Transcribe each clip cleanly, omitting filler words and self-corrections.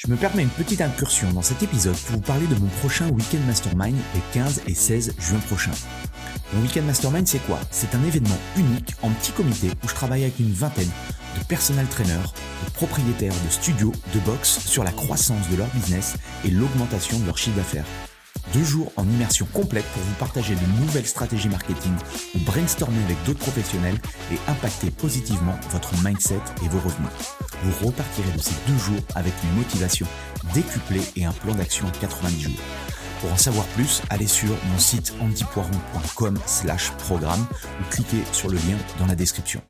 Je me permets une petite incursion dans cet épisode pour vous parler de mon prochain Weekend Mastermind les 15 et 16 juin prochains. Mon Weekend Mastermind, c'est quoi ? C'est un événement unique en petit comité où je travaille avec une vingtaine de personal trainers, de propriétaires de studios de boxe sur la croissance de leur business et l'augmentation de leur chiffre d'affaires. 2 jours en immersion complète pour vous partager de nouvelles stratégies marketing ou brainstormer avec d'autres professionnels et impacter positivement votre mindset et vos revenus. Vous repartirez de ces 2 jours avec une motivation décuplée et un plan d'action en 90 jours. Pour en savoir plus, allez sur mon site andypoiron.com/programme ou cliquez sur le lien dans la description.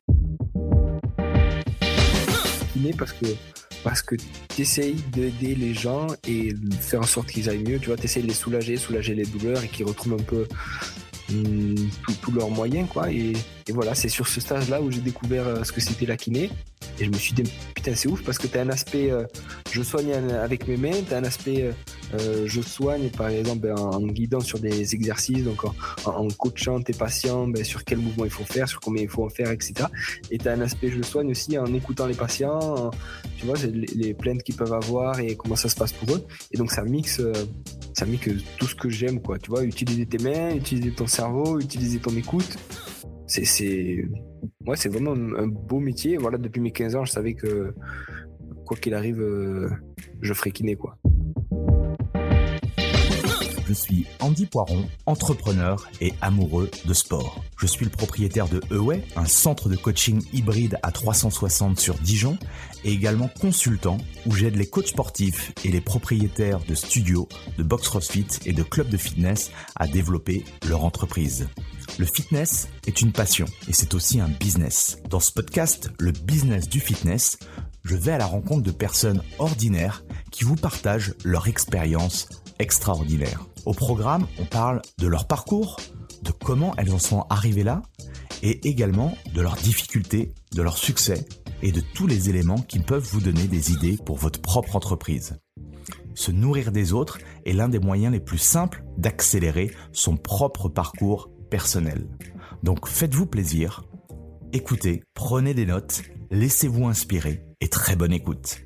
Parce que tu essayes d'aider les gens et de faire en sorte qu'ils aillent mieux, tu vois, tu essayes de les soulager les douleurs et qu'ils retrouvent un peu tous leurs moyens, quoi. Et voilà, c'est sur ce stage-là où j'ai découvert ce que c'était la kiné. Et je me suis dit, putain, c'est ouf parce que tu as un aspect je soigne avec mes mains, tu as un aspect je soigne par exemple en guidant sur des exercices, donc en coachant tes patients sur quel mouvement il faut faire, sur combien il faut en faire, etc. Et tu as un aspect je soigne aussi en écoutant les patients, tu vois, les plaintes qu'ils peuvent avoir et comment ça se passe pour eux. Et donc ça mixe tout ce que j'aime, quoi. Tu vois, utiliser tes mains, utiliser ton cerveau, utiliser ton écoute. C'est vraiment un beau métier. Voilà, depuis mes 15 ans, je savais que quoi qu'il arrive, je ferais kiné, quoi. Je suis Andy Poiron, entrepreneur et amoureux de sport. Je suis le propriétaire de Away, un centre de coaching hybride à 360 sur Dijon, et également consultant où j'aide les coachs sportifs et les propriétaires de studios, de box CrossFit et de clubs de fitness à développer leur entreprise. Le fitness est une passion et c'est aussi un business. Dans ce podcast, le business du fitness, je vais à la rencontre de personnes ordinaires qui vous partagent leur expérience extraordinaire. Au programme, on parle de leur parcours, de comment elles en sont arrivées là et également de leurs difficultés, de leurs succès et de tous les éléments qui peuvent vous donner des idées pour votre propre entreprise. Se nourrir des autres est l'un des moyens les plus simples d'accélérer son propre parcours personnel. Donc faites-vous plaisir, écoutez, prenez des notes, laissez-vous inspirer et très bonne écoute.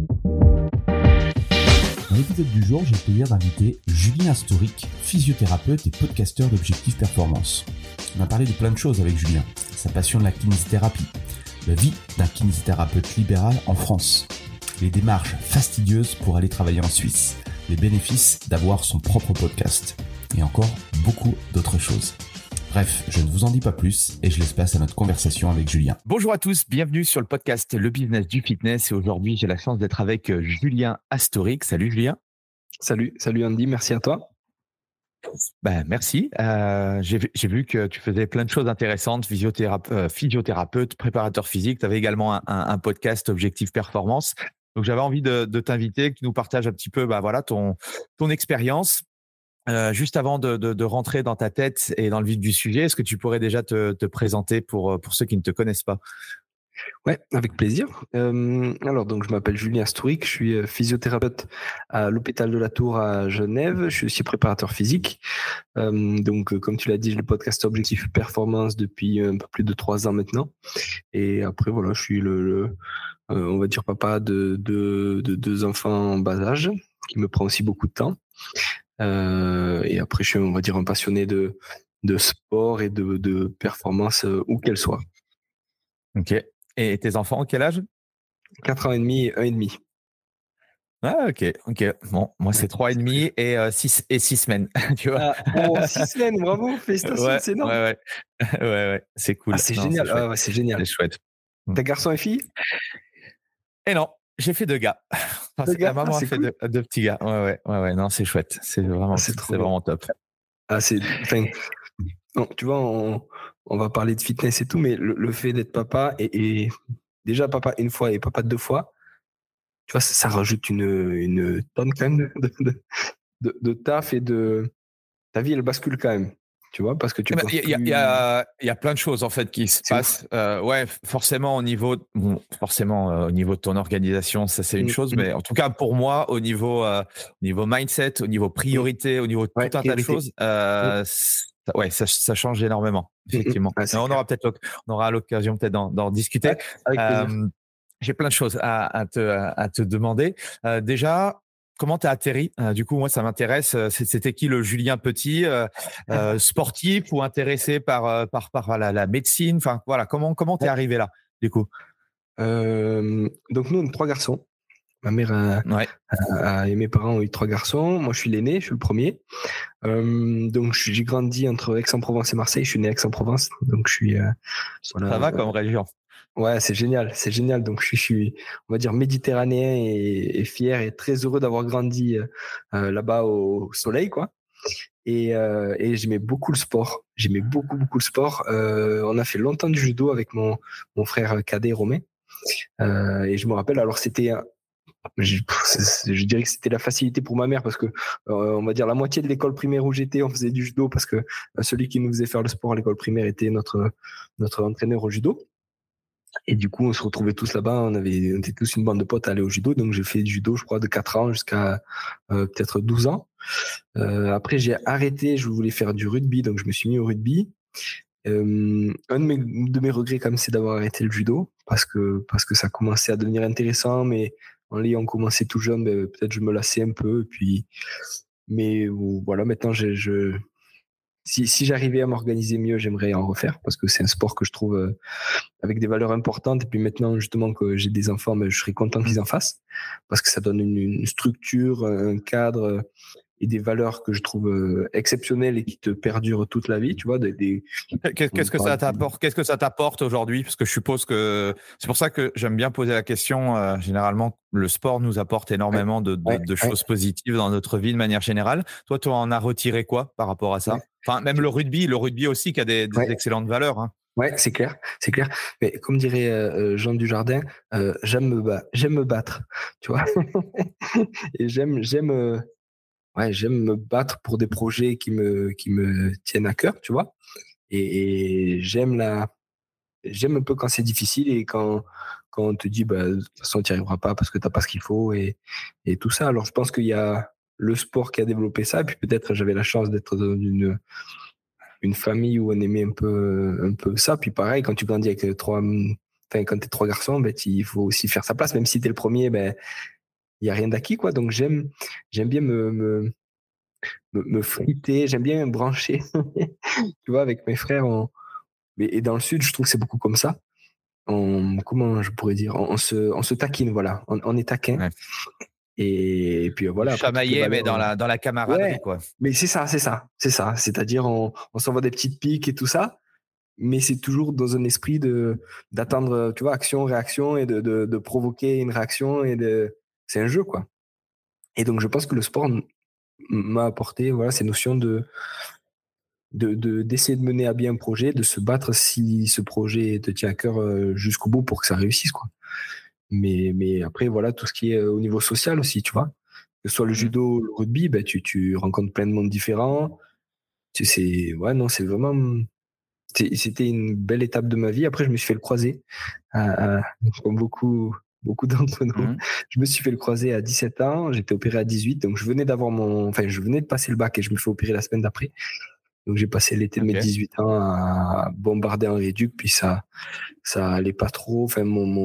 Dans l'épisode du jour, j'ai le plaisir d'inviter Julien Astoric, physiothérapeute et podcasteur d'Objectif Performance. On a parlé de plein de choses avec Julien, sa passion de la kinésithérapie, la vie d'un kinésithérapeute libéral en France, les démarches fastidieuses pour aller travailler en Suisse, les bénéfices d'avoir son propre podcast et encore beaucoup d'autres choses. Bref, je ne vous en dis pas plus et je laisse place à notre conversation avec Julien. Bonjour à tous, bienvenue sur le podcast Le Business du Fitness et aujourd'hui j'ai la chance d'être avec Julien Astoric. Salut Julien. Salut Andy, merci à toi. Merci. J'ai vu que tu faisais plein de choses intéressantes, physiothérapeute, préparateur physique. Tu avais également un podcast Objectif Performance. Donc j'avais envie de t'inviter, que tu nous partages un petit peu ton expérience. Juste avant de rentrer dans ta tête et dans le vif du sujet, est-ce que tu pourrais déjà te présenter pour ceux qui ne te connaissent pas ? Ouais, avec plaisir. Alors, donc, je m'appelle Julien Astoric, je suis physiothérapeute à l'hôpital de la Tour à Genève. Je suis aussi préparateur physique. Donc, comme tu l'as dit, j'ai le podcast Objectif Performance depuis un peu plus de 3 ans maintenant. Et après, voilà, je suis on va dire papa de 2 enfants en bas âge, qui me prend aussi beaucoup de temps. Et après, je suis, on va dire, un passionné de sport et de performance où qu'elle soit. Ok. Et tes enfants, quel âge ? 4 ans et demi et 1 et demi. Ah, ok. Bon, moi, c'est 3 et demi et 6 semaines, tu vois. 6 semaines, bravo, félicitations, Ouais, c'est énorme. Ouais, c'est cool. C'est génial. C'est génial. C'est chouette. T'as garçon et fille ? Et non, j'ai fait 2 gars. La maman a fait cool. 2 petits gars. Ouais, non, c'est chouette. C'est vraiment top. Tu vois, on va parler de fitness et tout, mais le fait d'être papa et déjà papa une fois et papa 2 fois, tu vois, ça rajoute une tonne quand même de taf et de ta vie, elle bascule quand même. Tu vois, parce que tu il y a plein de choses en fait qui se passent. Forcément au niveau de ton organisation, ça c'est une chose, mais en tout cas pour moi au niveau mindset, au niveau priorité, au niveau de tout un tas de choses, ça change énormément effectivement. On aura l'occasion peut-être d'en discuter. Avec plaisir. J'ai plein de choses à te demander. Déjà, comment tu as atterri? Du coup, moi, ça m'intéresse. C'était qui le Julien Petit, sportif ou intéressé par la médecine? Enfin, voilà, comment tu es Ouais. arrivé là, du coup? Donc nous, on est 3 garçons. Ma mère Ouais, et mes parents ont eu 3 garçons. Moi, je suis l'aîné, je suis le premier. Donc j'ai grandi entre Aix-en-Provence et Marseille. Je suis né à Aix-en-Provence, donc je suis ça voilà. va comme région. Ouais, c'est génial, c'est génial. Donc je suis, on va dire, méditerranéen et fier et très heureux d'avoir grandi là-bas au soleil, quoi. Et j'aimais beaucoup le sport. J'aimais beaucoup le sport. On a fait longtemps du judo avec mon frère cadet Romain. Et je me rappelle, alors c'était je dirais que c'était la facilité pour ma mère parce que on va dire la moitié de l'école primaire où j'étais, on faisait du judo parce que celui qui nous faisait faire le sport à l'école primaire était notre entraîneur au judo. Et du coup, on se retrouvait tous là-bas. On était tous une bande de potes à aller au judo. Donc, j'ai fait du judo, je crois, de 4 ans jusqu'à peut-être 12 ans. Après, j'ai arrêté. Je voulais faire du rugby. Donc, je me suis mis au rugby. Un de mes regrets, quand même, c'est d'avoir arrêté le judo parce que ça commençait à devenir intéressant. Mais en l'ayant commencé tout jeune, ben, peut-être je me lassais un peu. Et puis, mais voilà, maintenant, si j'arrivais à m'organiser mieux, j'aimerais en refaire parce que c'est un sport que je trouve avec des valeurs importantes. Et puis maintenant, justement, que j'ai des enfants, mais je serais content Mmh. qu'ils en fassent parce que ça donne une structure, un cadre et des valeurs que je trouve exceptionnelles et qui te perdurent toute la vie. Tu vois, Qu'est-ce que ça t'apporte? Qu'est-ce que ça t'apporte aujourd'hui? Parce que je suppose que c'est pour ça que j'aime bien poser la question. Généralement, le sport nous apporte Ouais, énormément ouais, de ouais, choses positives dans notre vie de manière générale. Toi, tu en as retiré quoi par rapport à ouais, ça? Enfin, même le rugby aussi qui a des ouais, excellentes valeurs, hein. ouais, c'est clair, c'est clair. Mais comme dirait Jean Dujardin, j'aime me battre, tu vois. Et j'aime me battre pour des projets qui me tiennent à cœur, tu vois. Et j'aime un peu quand c'est difficile et quand on te dit, bah, de toute façon, tu n'y arriveras pas parce que tu n'as pas ce qu'il faut et tout ça. Alors, je pense qu'il y a le sport qui a développé ça. Et puis peut-être j'avais la chance d'être dans une famille où on aimait un peu ça. Puis pareil, quand tu grandis avec enfin, quand t'es 3 garçons, ben, il faut aussi faire sa place. Même si t'es le premier, ben, il y a rien d'acquis, quoi. Donc j'aime bien me friter. J'aime bien me brancher. Tu vois, avec mes frères, et dans le sud, je trouve que c'est beaucoup comme ça. Comment je pourrais dire, on se taquine, voilà. On est taquin. Ouais. Et puis Vous voilà, après toutes les chamaillez, mais valeurs. dans la Ouais, camaraderie, quoi. mais c'est ça. C'est-à-dire, on s'envoie des petites piques et tout ça, mais c'est toujours dans un esprit d'attendre, tu vois, action, réaction et de provoquer une réaction c'est un jeu, quoi. Et donc, je pense que le sport m'a apporté, voilà, ces notions d'essayer de mener à bien un projet, de se battre si ce projet te tient à cœur jusqu'au bout pour que ça réussisse, quoi. Mais après, voilà, tout ce qui est au niveau social aussi, tu vois. Que ce soit le Mmh. judo, le rugby, ben, tu rencontres plein de monde différents. Ouais, non, c'était une belle étape de ma vie. Après, je me suis fait le croisé, comme beaucoup d'entre nous. Mmh. Je me suis fait le croisé à 17 ans. J'étais opéré à 18. Donc, je venais de passer le bac et je me fais opérer la semaine d'après. Donc, j'ai passé l'été de mes OK. 18 ans à bombarder en réduc. Puis ça allait pas trop. Enfin,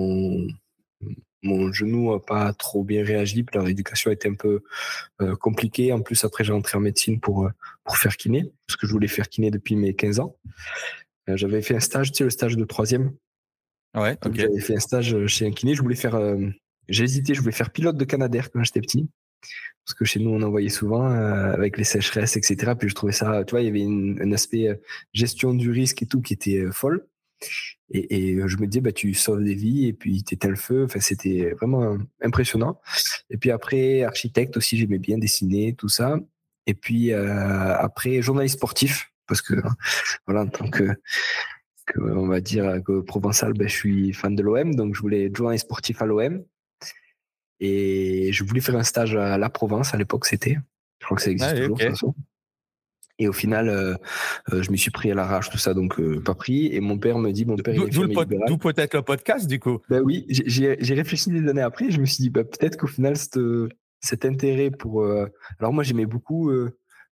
mon genou a pas trop bien réagi. Puis la rééducation était un peu compliquée. En plus, après, j'ai entré en médecine pour faire kiné. Parce que je voulais faire kiné depuis mes 15 ans. J'avais fait un stage, tu sais, le stage de troisième. Ouais, Donc, OK. j'avais fait un stage chez un kiné. J'ai hésité, je voulais faire pilote de Canadair quand j'étais petit. Parce que chez nous, on en voyait souvent avec les sécheresses, etc. Puis je trouvais ça, tu vois, il y avait un aspect gestion du risque et tout qui était folle. Et je me disais, bah, tu sauves des vies et puis t'éteins le feu. Enfin, c'était vraiment impressionnant. Et puis après, architecte aussi, j'aimais bien dessiner, tout ça. Et puis après, journaliste sportif. Parce que, voilà, en tant on va dire que provençal, ben, je suis fan de l'OM, donc je voulais être journaliste sportif à l'OM. Et je voulais faire un stage à la Provence, à l'époque c'était. Je crois que ça existe Ouais, toujours de toute OK. façon. Et au final, je m'y suis pris à l'arrache, tout ça, donc pas pris. Et mon père me dit, mon père il est infirmier libéral. D'où peut-être le podcast, du coup. Ben oui, j'ai réfléchi des années après, je me suis dit, bah, peut-être qu'au final, cet intérêt pour... alors moi j'aimais beaucoup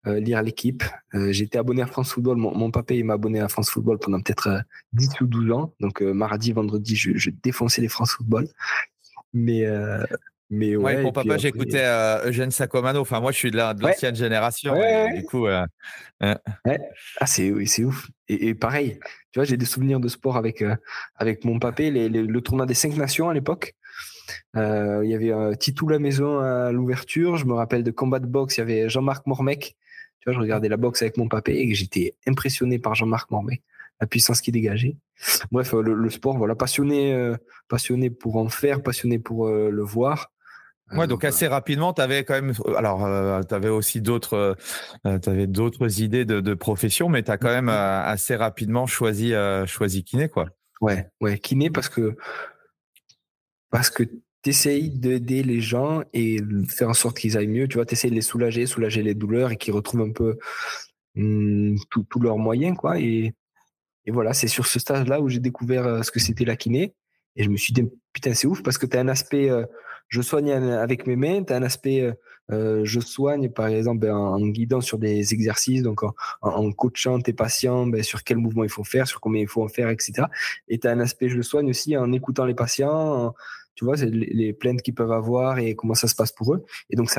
lire l'équipe. J'étais abonné à France Football. Mon papa, il m'a abonné à France Football pendant peut-être 10 ou 12 ans. Donc, mardi, vendredi, je défonçais les France Football. Mais Ouais, ouais, pour et puis papa, après... j'écoutais Eugène Sacomano. Enfin, moi, je suis de Ouais, l'ancienne génération. ouais, Et ouais. du coup, Ouais. Ah, c'est ouf. Et pareil, tu vois, j'ai des souvenirs de sport avec mon papé, le tournoi des 5 nations à l'époque. Il y avait Titou la maison à l'ouverture. Je me rappelle de combat de boxe, il y avait Jean-Marc Mormec. Tu vois, je regardais la boxe avec mon papé et j'étais impressionné par Jean-Marc Mormec, la puissance qu'il dégageait. Bref, le sport, voilà, passionné pour en faire, passionné pour le voir. ouais, donc Voilà. assez rapidement, tu avais quand même. Alors, tu avais aussi t'avais d'autres idées de profession, mais tu as quand même assez rapidement choisi kiné, quoi. Ouais, kiné parce que t'essayes d'aider les gens et faire en sorte qu'ils aillent mieux. Tu vois, t'essayes de les soulager les douleurs et qu'ils retrouvent un peu tous leurs moyens, quoi. Et voilà, c'est sur ce stage-là où j'ai découvert ce que c'était la kiné. Et je me suis dit, putain, c'est ouf parce que tu as un aspect, je soigne avec mes mains, tu as un aspect, je soigne, par exemple, en guidant sur des exercices, donc en coachant tes patients sur quel mouvement il faut faire, sur combien il faut en faire, etc. Et tu as un aspect, je soigne aussi en écoutant les patients, tu vois, c'est les plaintes qu'ils peuvent avoir et comment ça se passe pour eux. Et donc,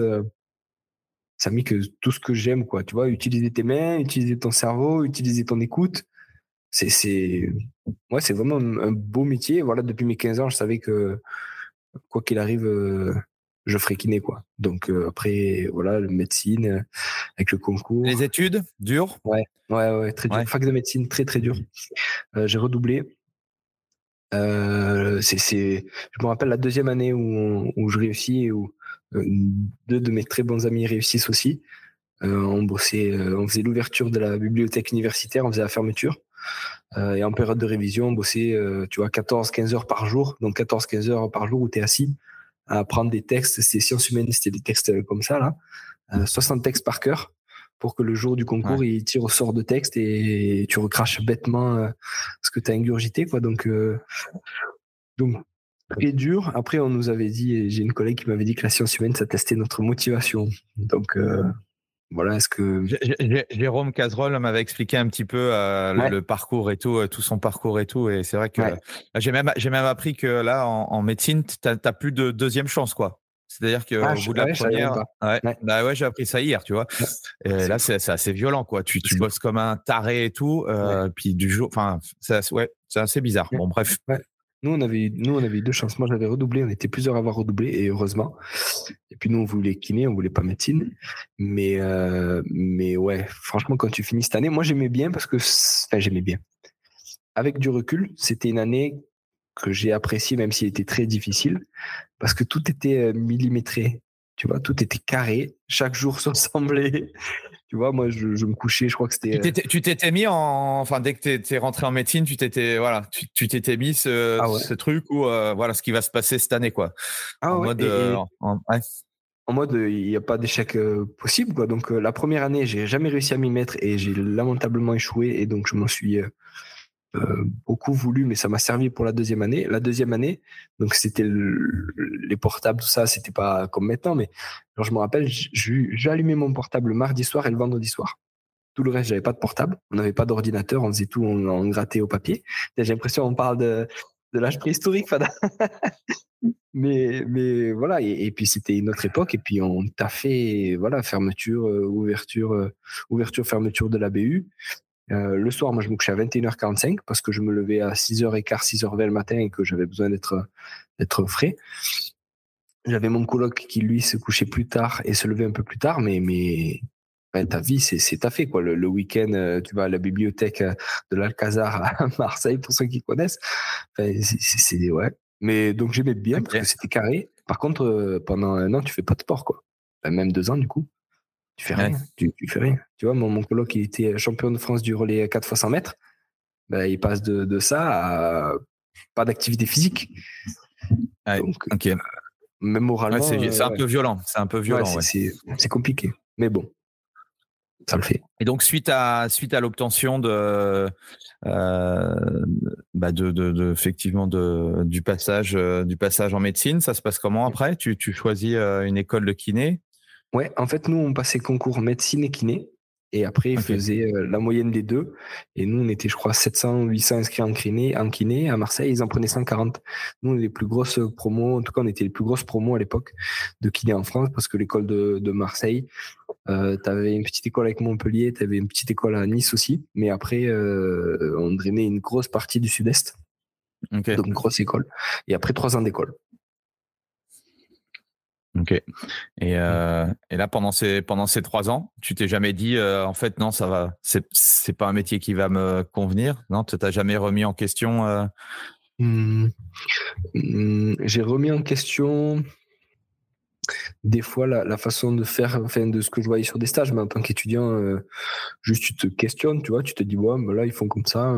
ça mixe tout ce que j'aime, quoi. Tu vois, utiliser tes mains, utiliser ton cerveau, utiliser ton écoute. C'est vraiment un beau métier. Voilà, depuis mes 15 ans, je savais que quoi qu'il arrive, je ferais kiné, quoi. Donc après, voilà, le médecine, avec le concours. Les études, dures. Ouais, très dur. Ouais. Fac de médecine, très, très dur. J'ai redoublé. Je me rappelle la deuxième année où je réussis et où deux de mes très bons amis réussissent aussi. On bossait, on faisait l'ouverture de la bibliothèque universitaire, on faisait la fermeture. Et en période de révision, on bossait, tu vois, 14-15 heures par jour. Donc 14-15 heures par jour où tu es assis à apprendre des textes. C'était sciences humaines, c'était des textes comme ça, là. 60 textes par cœur pour que le jour du concours, il tire au sort de texte et tu recraches bêtement ce que tu as ingurgité, quoi. Donc très dur. Après, on nous avait dit, j'ai une collègue qui m'avait dit que la science humaine, ça testait notre motivation. Donc voilà, est-ce que... Jérôme Cazerolle m'avait expliqué un petit peu le parcours et tout son parcours et tout. Et c'est vrai que j'ai même appris que là, en médecine, t'as plus de deuxième chance, quoi. C'est-à-dire qu'au bout de la première, j'ai appris ça hier, tu vois. Et là, c'est assez violent, quoi. Tu bosses comme un taré et tout. Puis du jour, enfin, c'est assez bizarre. Bon, bref. Nous, on avait eu deux chances. Moi, j'avais redoublé. On était plusieurs à avoir redoublé, et heureusement. Et puis, nous, on voulait kiné, on voulait pas médecine. Mais ouais, franchement, quand tu finis cette année, moi, j'aimais bien parce que, j'aimais bien. Avec du recul, c'était une année que j'ai appréciée, même s'il était très difficile, parce que tout était millimétré. Tu vois, tout était carré. Chaque jour se ressemblait. Tu vois, moi, je me couchais, je crois que c'était... Tu t'étais mis enfin, dès que t'es rentré en médecine, tu t'étais mis ce truc où, voilà, ce qui va se passer cette année, quoi. En mode, il n'y a pas d'échec possible, quoi. Donc, la première année, j'ai jamais réussi à m'y mettre et j'ai lamentablement échoué. Et donc, je m'en suis beaucoup voulu, mais ça m'a servi pour la deuxième année. La deuxième année, donc c'était les portables, tout ça, c'était pas comme maintenant, mais genre, je me rappelle, j'allumais mon portable le mardi soir et le vendredi soir. Tout le reste, j'avais pas de portable, on n'avait pas d'ordinateur, on faisait tout, on grattait au papier. J'ai l'impression qu'on parle de l'âge préhistorique, Fada. mais voilà, et puis c'était une autre époque, et puis on t'a fait, voilà, fermeture, ouverture, fermeture de la BU. Le soir, moi, je me couchais à 21h45 parce que je me levais à 6h15, 6h20 le matin et que j'avais besoin d'être frais. J'avais mon coloc qui, lui, se couchait plus tard et se levait un peu plus tard, mais ta vie, c'est taffé, quoi. Le week-end, tu vas à la bibliothèque de l'Alcazar à Marseille, pour ceux qui connaissent. Ouais. Mais donc, j'aimais bien parce que c'était carré. Par contre, pendant un an, tu fais pas de sport, quoi. Même 2 ans, du coup. Tu fais rien. Tu fais rien. Tu vois, mon coloc, il était champion de France du relais 4 x 100 mètres. Il passe de ça à pas d'activité physique. Donc, même moralement. C'est un peu violent. C'est un peu violent. C'est compliqué. Mais bon, ça le fait. Et donc, suite à l'obtention effectivement du passage en médecine, ça se passe comment après ? Tu choisis une école de kiné ? Ouais, en fait, nous, on passait concours médecine et kiné. Et après, ils faisaient la moyenne des deux. Et nous, on était, je crois, 700, 800 inscrits en kiné. À Marseille, ils en prenaient 140. Nous, on est les plus grosses promos. En tout cas, on était les plus grosses promos à l'époque de kiné en France parce que l'école de Marseille, tu avais une petite école avec Montpellier, tu avais une petite école à Nice aussi. Mais après, on drainait une grosse partie du Sud-Est. Donc, grosse école. Et après, 3 ans d'école. Ok. Et là, pendant ces 3 ans, tu t'es jamais dit, en fait, non, ça va, c'est pas un métier qui va me convenir? Non, tu t'as jamais remis en question? J'ai remis en question des fois la façon de faire, enfin, de ce que je voyais sur des stages, mais en tant qu'étudiant, juste tu te questionnes, tu vois, tu te dis, ouais, ben là, ils font comme ça.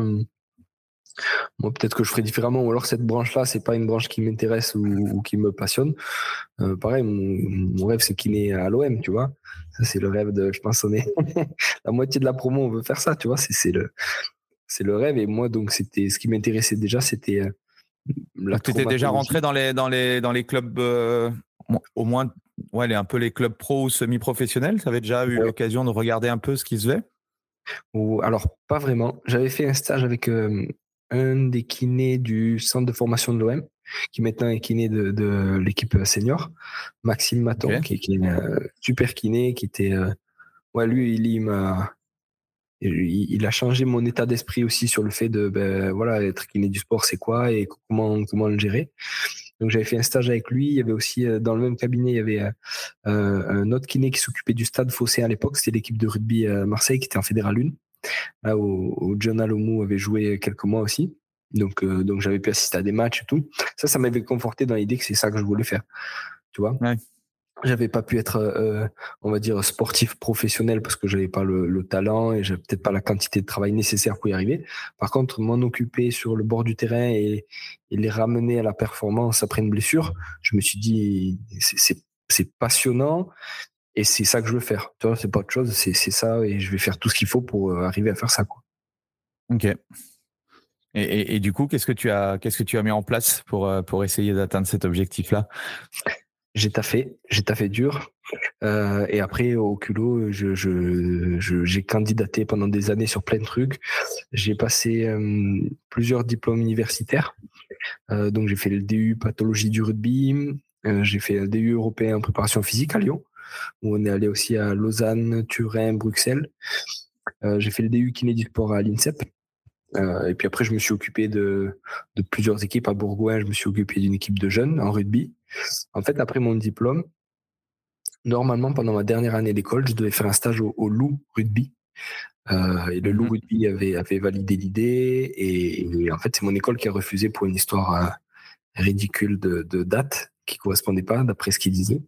Moi, peut-être que je ferais différemment, ou alors cette branche-là, c'est pas une branche qui m'intéresse ou qui me passionne. Pareil, mon rêve, c'est kiné à l'OM, tu vois. Ça, c'est le rêve de, je pense, on est la moitié de la promo, on veut faire ça, tu vois. C'est le rêve. Et moi, donc, c'était ce qui m'intéressait déjà, c'était la Donc, tu étais déjà traumatologie. rentré dans les clubs, au moins, ouais, un peu les clubs pro ou semi-professionnels. Tu avais déjà eu l'occasion de regarder un peu ce qui se fait? Alors, pas vraiment. J'avais fait un stage avec un des kinés du centre de formation de l'OM, qui maintenant est kiné de l'équipe senior, Maxime Maton, qui est super kiné, qui était... ouais, lui, il a changé mon état d'esprit aussi sur le fait de, voilà, être kiné du sport, c'est quoi et comment le gérer. Donc, j'avais fait un stage avec lui. Il y avait aussi, dans le même cabinet, il y avait un autre kiné qui s'occupait du Stade Phocéen à l'époque. C'était l'équipe de rugby Marseille qui était en Fédéral 1. Là où John Alomou avait joué quelques mois aussi. Donc j'avais pu assister à des matchs et tout. Ça m'avait conforté dans l'idée que c'est ça que je voulais faire. Tu vois. Ouais. J'avais pas pu être, on va dire, sportif professionnel parce que j'avais pas le talent et j'avais peut-être pas la quantité de travail nécessaire pour y arriver. Par contre, m'en occuper sur le bord du terrain et les ramener à la performance après une blessure, je me suis dit, c'est passionnant et c'est ça que je veux faire. Tu vois, c'est pas autre chose, c'est ça et je vais faire tout ce qu'il faut pour arriver à faire ça, quoi. Ok. Et du coup, qu'est-ce que tu as mis en place pour essayer d'atteindre cet objectif-là? J'ai taffé dur. Et après, au culot, j'ai candidaté pendant des années sur plein de trucs. J'ai passé plusieurs diplômes universitaires. Donc, j'ai fait le DU pathologie du rugby. J'ai fait le DU européen en préparation physique à Lyon, où on est allé aussi à Lausanne, Turin, Bruxelles. J'ai fait le DU kiné du sport à l'INSEP. Et puis après, je me suis occupé de plusieurs équipes à Bourgoin. Je me suis occupé d'une équipe de jeunes en rugby. En fait, après mon diplôme, normalement, pendant ma dernière année d'école, je devais faire un stage au Loup Rugby. Et le Loup Rugby avait validé l'idée. Et en fait, c'est mon école qui a refusé pour une histoire ridicule de date qui correspondait pas d'après ce qu'il disait.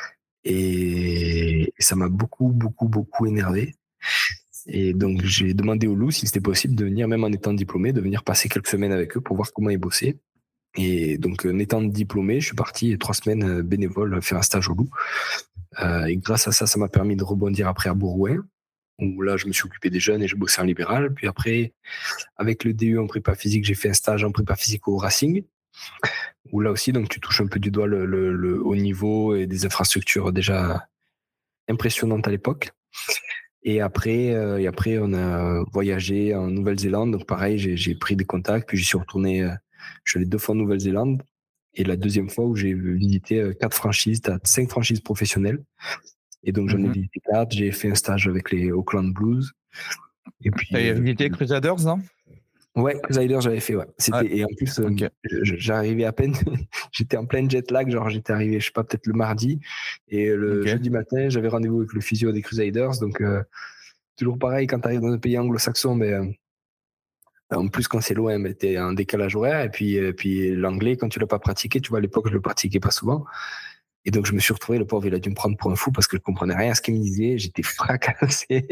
Et ça m'a beaucoup, beaucoup, beaucoup énervé. Et donc, j'ai demandé au Loup si c'était possible de venir, même en étant diplômé, de venir passer quelques semaines avec eux pour voir comment ils bossaient. Et donc, en étant diplômé, je suis parti 3 semaines bénévole faire un stage au Loup. Et grâce à ça, ça m'a permis de rebondir après à Bourgoin, où là, je me suis occupé des jeunes et je bossais en libéral. Puis après, avec le DU en prépa physique, j'ai fait un stage en prépa physique au Racing, où là aussi, donc, tu touches un peu du doigt le haut niveau et des infrastructures déjà impressionnantes à l'époque. Et après, on a voyagé en Nouvelle-Zélande. Donc, pareil, j'ai pris des contacts. Puis, j'y suis retourné. Je suis allé 2 fois en Nouvelle-Zélande. Et la deuxième fois où j'ai visité 4 franchises, 5 franchises professionnelles. Et donc, j'en ai visité 4. J'ai fait un stage avec les Auckland Blues. Et puis. Tu as visité Crusaders, non? Ouais, Crusaders, j'avais fait, ouais. Et en plus, j'arrivais à peine. J'étais en plein jet lag. Genre, j'étais arrivé, je sais pas, peut-être le mardi. Et le jeudi matin, j'avais rendez-vous avec le physio des Crusaders. Donc, toujours pareil, quand tu arrives dans un pays anglo-saxon, en plus, quand c'est loin, t'es en décalage horaire. Et puis l'anglais, quand tu l'as pas pratiqué, tu vois, à l'époque, je le pratiquais pas souvent. Et donc, je me suis retrouvé, le pauvre, il a dû me prendre pour un fou parce que je comprenais rien à ce qu'il me disait. J'étais fracassé.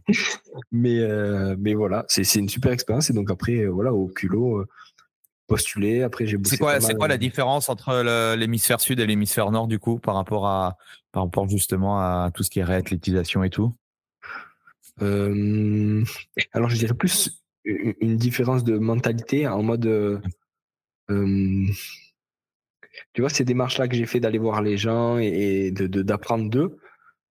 mais voilà, c'est une super expérience. Et donc, après, voilà, au culot, postulé. Après, j'ai bossé. C'est quoi la différence entre l'hémisphère sud et l'hémisphère nord, du coup, par rapport justement à tout ce qui est réathlétisation et tout? Alors, je dirais plus une différence de mentalité en mode. Tu vois, ces démarches-là que j'ai fait d'aller voir les gens et d'apprendre d'eux,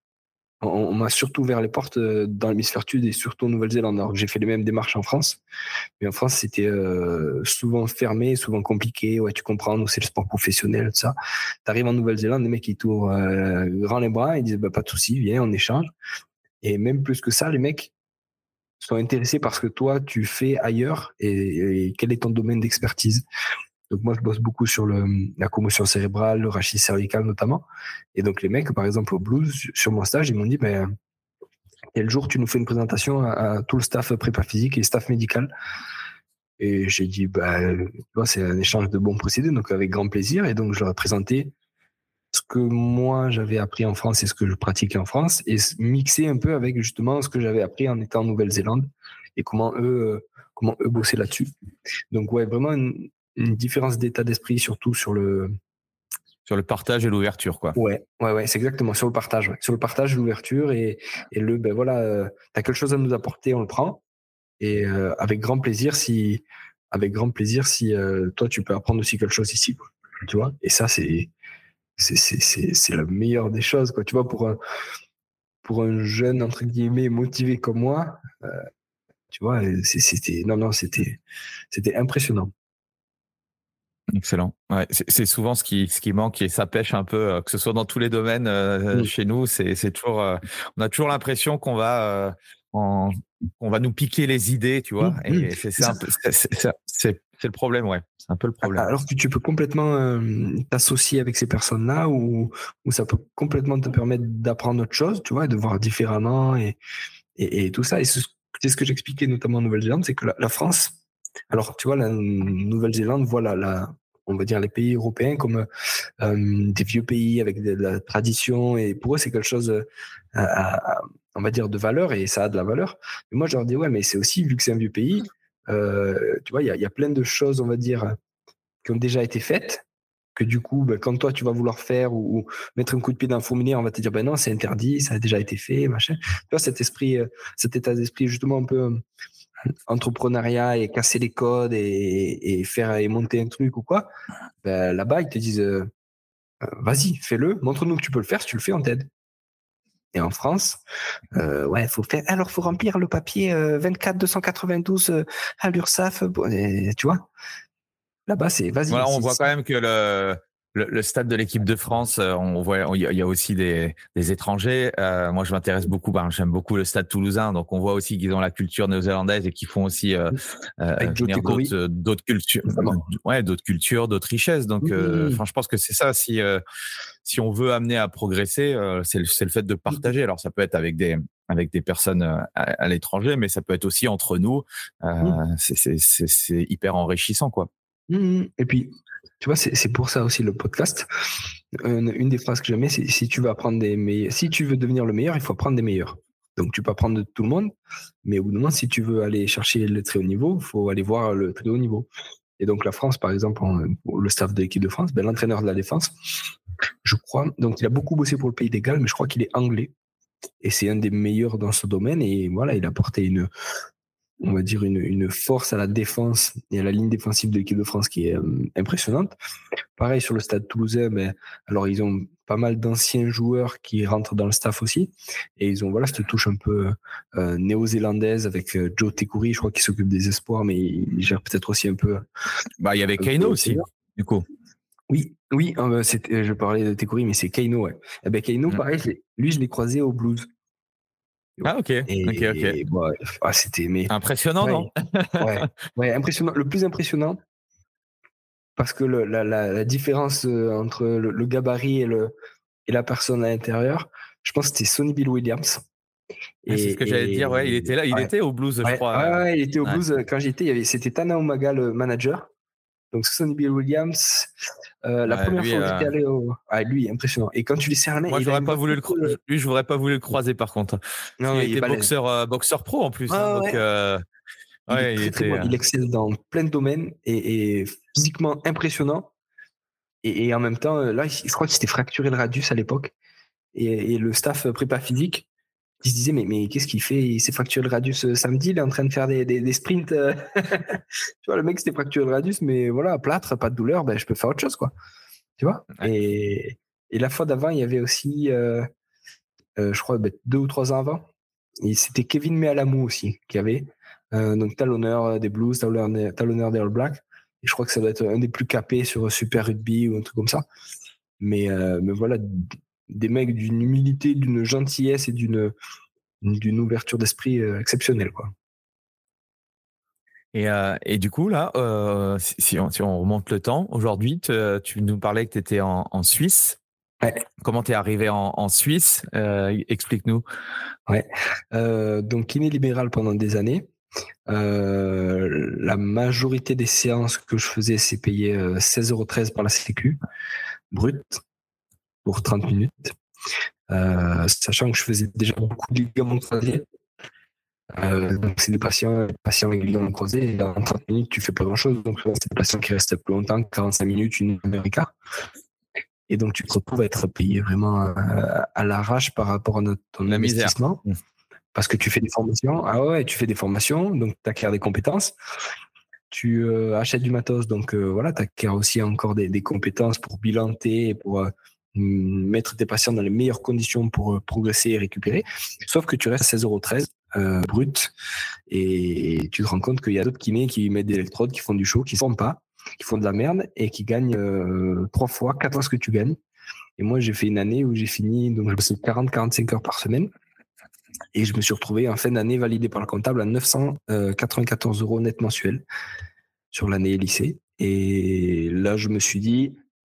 on m'a surtout ouvert les portes dans l'hémisphère sud et surtout en Nouvelle-Zélande. Alors, j'ai fait les mêmes démarches en France, mais en France, c'était souvent fermé, souvent compliqué. Ouais, tu comprends, nous, c'est le sport professionnel, tout ça. Tu arrives en Nouvelle-Zélande, les mecs, ils t'ouvrent grand les bras, ils disent pas de souci, viens, on échange. Et même plus que ça, les mecs sont intéressés par ce que toi, tu fais ailleurs et quel est ton domaine d'expertise. Donc moi, je bosse beaucoup sur la commotion cérébrale, le rachis cervical notamment. Et donc les mecs, par exemple au Blues, sur mon stage, ils m'ont dit, quel jour tu nous fais une présentation à tout le staff prépa physique et staff médical. Et j'ai dit, tu vois, c'est un échange de bons procédés, donc avec grand plaisir. Et donc je leur ai présenté ce que moi j'avais appris en France et ce que je pratiquais en France, et mixer un peu avec justement ce que j'avais appris en étant en Nouvelle-Zélande et comment eux bossaient là-dessus. Donc ouais, vraiment une différence d'état d'esprit, surtout sur le partage et l'ouverture, quoi. Ouais, c'est exactement sur le partage, sur le partage, l'ouverture et le voilà, t'as quelque chose à nous apporter, on le prend, et avec grand plaisir si toi tu peux apprendre aussi quelque chose ici, quoi, tu vois. Et ça c'est la meilleure des choses, quoi, tu vois, pour un jeune entre guillemets motivé comme moi, tu vois. C'était impressionnant. Excellent. Ouais, c'est souvent ce qui manque, et ça pêche un peu, que ce soit dans tous les domaines chez nous. C'est toujours, on a toujours l'impression qu'on va nous piquer les idées, tu vois. Et c'est le problème, ouais. C'est un peu le problème. Alors que tu peux complètement t'associer avec ces personnes-là, ou ça peut complètement te permettre d'apprendre autre chose, tu vois, et de voir différemment et tout ça. Et c'est ce que j'expliquais notamment en Nouvelle-Zélande, c'est que la France, alors tu vois, la Nouvelle-Zélande voit on va dire les pays européens comme des vieux pays avec de la tradition, et pour eux c'est quelque chose on va dire de valeur, et ça a de la valeur. Mais moi je leur dis ouais, mais c'est aussi, vu que c'est un vieux pays, tu vois, il y a plein de choses, on va dire, qui ont déjà été faites, que du coup, quand toi tu vas vouloir faire ou mettre un coup de pied dans un fourmilière, on va te dire non, c'est interdit, ça a déjà été fait, machin. Tu vois, cet état d'esprit justement un peu entrepreneuriat, et casser les codes et faire et monter un truc ou quoi, là-bas ils te disent vas-y, fais-le, montre-nous que tu peux le faire, si tu le fais, on t'aide. Et en France, faut remplir le papier 24 292 à l'URSSAF, tu vois. Là-bas, c'est vas-y. Voilà, on voit quand même que le stade de l'équipe de France, on voit, il y a aussi des étrangers. Moi, je m'intéresse beaucoup, j'aime beaucoup le stade toulousain, donc on voit aussi qu'ils ont la culture néo-zélandaise et qu'ils font aussi venir d'autres cultures, d'autres cultures, d'autres richesses. Donc, je pense que c'est ça. Si on veut amener à progresser, c'est le fait de partager. Alors, ça peut être avec des personnes à l'étranger, mais ça peut être aussi entre nous. C'est hyper enrichissant, quoi. Et puis, tu vois, c'est pour ça aussi le podcast. Une des phrases que j'aimais, c'est si tu veux apprendre si tu veux devenir le meilleur, il faut apprendre des meilleurs. Donc, tu peux apprendre de tout le monde, mais au bout d'un moment, si tu veux aller chercher le très haut niveau, il faut aller voir le très haut niveau. Et donc, la France, par exemple, le staff de l'équipe de France, l'entraîneur de la défense, je crois, donc il a beaucoup bossé pour le Pays de Galles, mais je crois qu'il est anglais. Et c'est un des meilleurs dans ce domaine. Et voilà, il a apporté on va dire une force à la défense et à la ligne défensive de l'équipe de France qui est impressionnante. Pareil sur le stade toulousain, alors ils ont pas mal d'anciens joueurs qui rentrent dans le staff aussi, et ils ont cette touche un peu néo-zélandaise avec Joe Tekouri, je crois, qu'il s'occupe des espoirs, mais il gère peut-être aussi un peu. Il y avait Keino aussi, du coup. Oui, je parlais de Tekouri, mais c'est Keino, ouais. Et Keino, pareil, lui je l'ai croisé au Blues. Ah, ok. C'était impressionnant, non? Ouais, impressionnant. Le plus impressionnant, parce que la différence entre le gabarit et la personne à l'intérieur, je pense que c'était Sonny Bill Williams. C'est ce que j'allais dire. Ouais, il était là, il était au Blues, je crois. Ouais, il était au Blues quand j'étais. C'était Tana Umaga, le manager. Donc Sonny Bill Williams, la première fois où j'étais allé lui, impressionnant. Et quand tu lui sers la main, moi, je voudrais pas voulu le croiser, par contre. Non, il était boxeur pro en plus. Il excelle dans plein de domaines et physiquement impressionnant. Et en même temps, là, je crois qu'il s'était fracturé le radius à l'époque. Et le staff prépa physique, il se disait, mais qu'est-ce qu'il fait? Il s'est fracturé le radius samedi, il est en train de faire des sprints. Tu vois, le mec s'était fracturé le radius, mais voilà, plâtre, pas de douleur, je peux faire autre chose, quoi. Tu vois? Ouais. Et la fois d'avant, il y avait aussi je crois, 2 ou 3 ans avant. Et c'était Kevin Mealamou aussi qui avait. Donc talonneur des Blues, talonneur des All Blacks. Et je crois que ça doit être un des plus capés sur Super Rugby ou un truc comme ça. Mais voilà, des mecs d'une humilité, d'une gentillesse et d'une ouverture d'esprit exceptionnelle, quoi. Et du coup, là, si on remonte le temps, aujourd'hui, tu nous parlais que tu étais en Suisse. Ouais. Comment tu es arrivé en Suisse? Explique-nous. Ouais. Donc, kiné libéral pendant des années. La majorité des séances que je faisais, c'est payé 16,13 € par la Sécu, brut, pour 30 minutes. Sachant que je faisais déjà beaucoup de ligaments croisés. Donc c'est des patients avec les ligaments croisés, et en 30 minutes, tu fais pas grand-chose. Donc c'est des patients qui restent plus longtemps, 45 minutes, une heure et quart. Et donc tu te retrouves à être payé vraiment à l'arrache par rapport à ton investissement. Misère. Parce que tu fais des formations. Ah ouais, tu fais des formations, donc tu acquiers des compétences. Tu achètes du matos, donc voilà, tu acquiers aussi encore des compétences pour bilanter, pour mettre tes patients dans les meilleures conditions pour progresser et récupérer. Sauf que tu restes à 16,13 € brut, et tu te rends compte qu'il y a d'autres kinés qui mettent des électrodes, qui font du show, qui ne forment pas, qui font de la merde et qui gagnent 3 fois, 4 fois ce que tu gagnes. Et moi, j'ai fait une année où j'ai fini, donc je bossais 40-45 heures par semaine. Et je me suis retrouvé en fin d'année validé par le comptable à 994 € net mensuel sur l'année lycée. Et là, je me suis dit,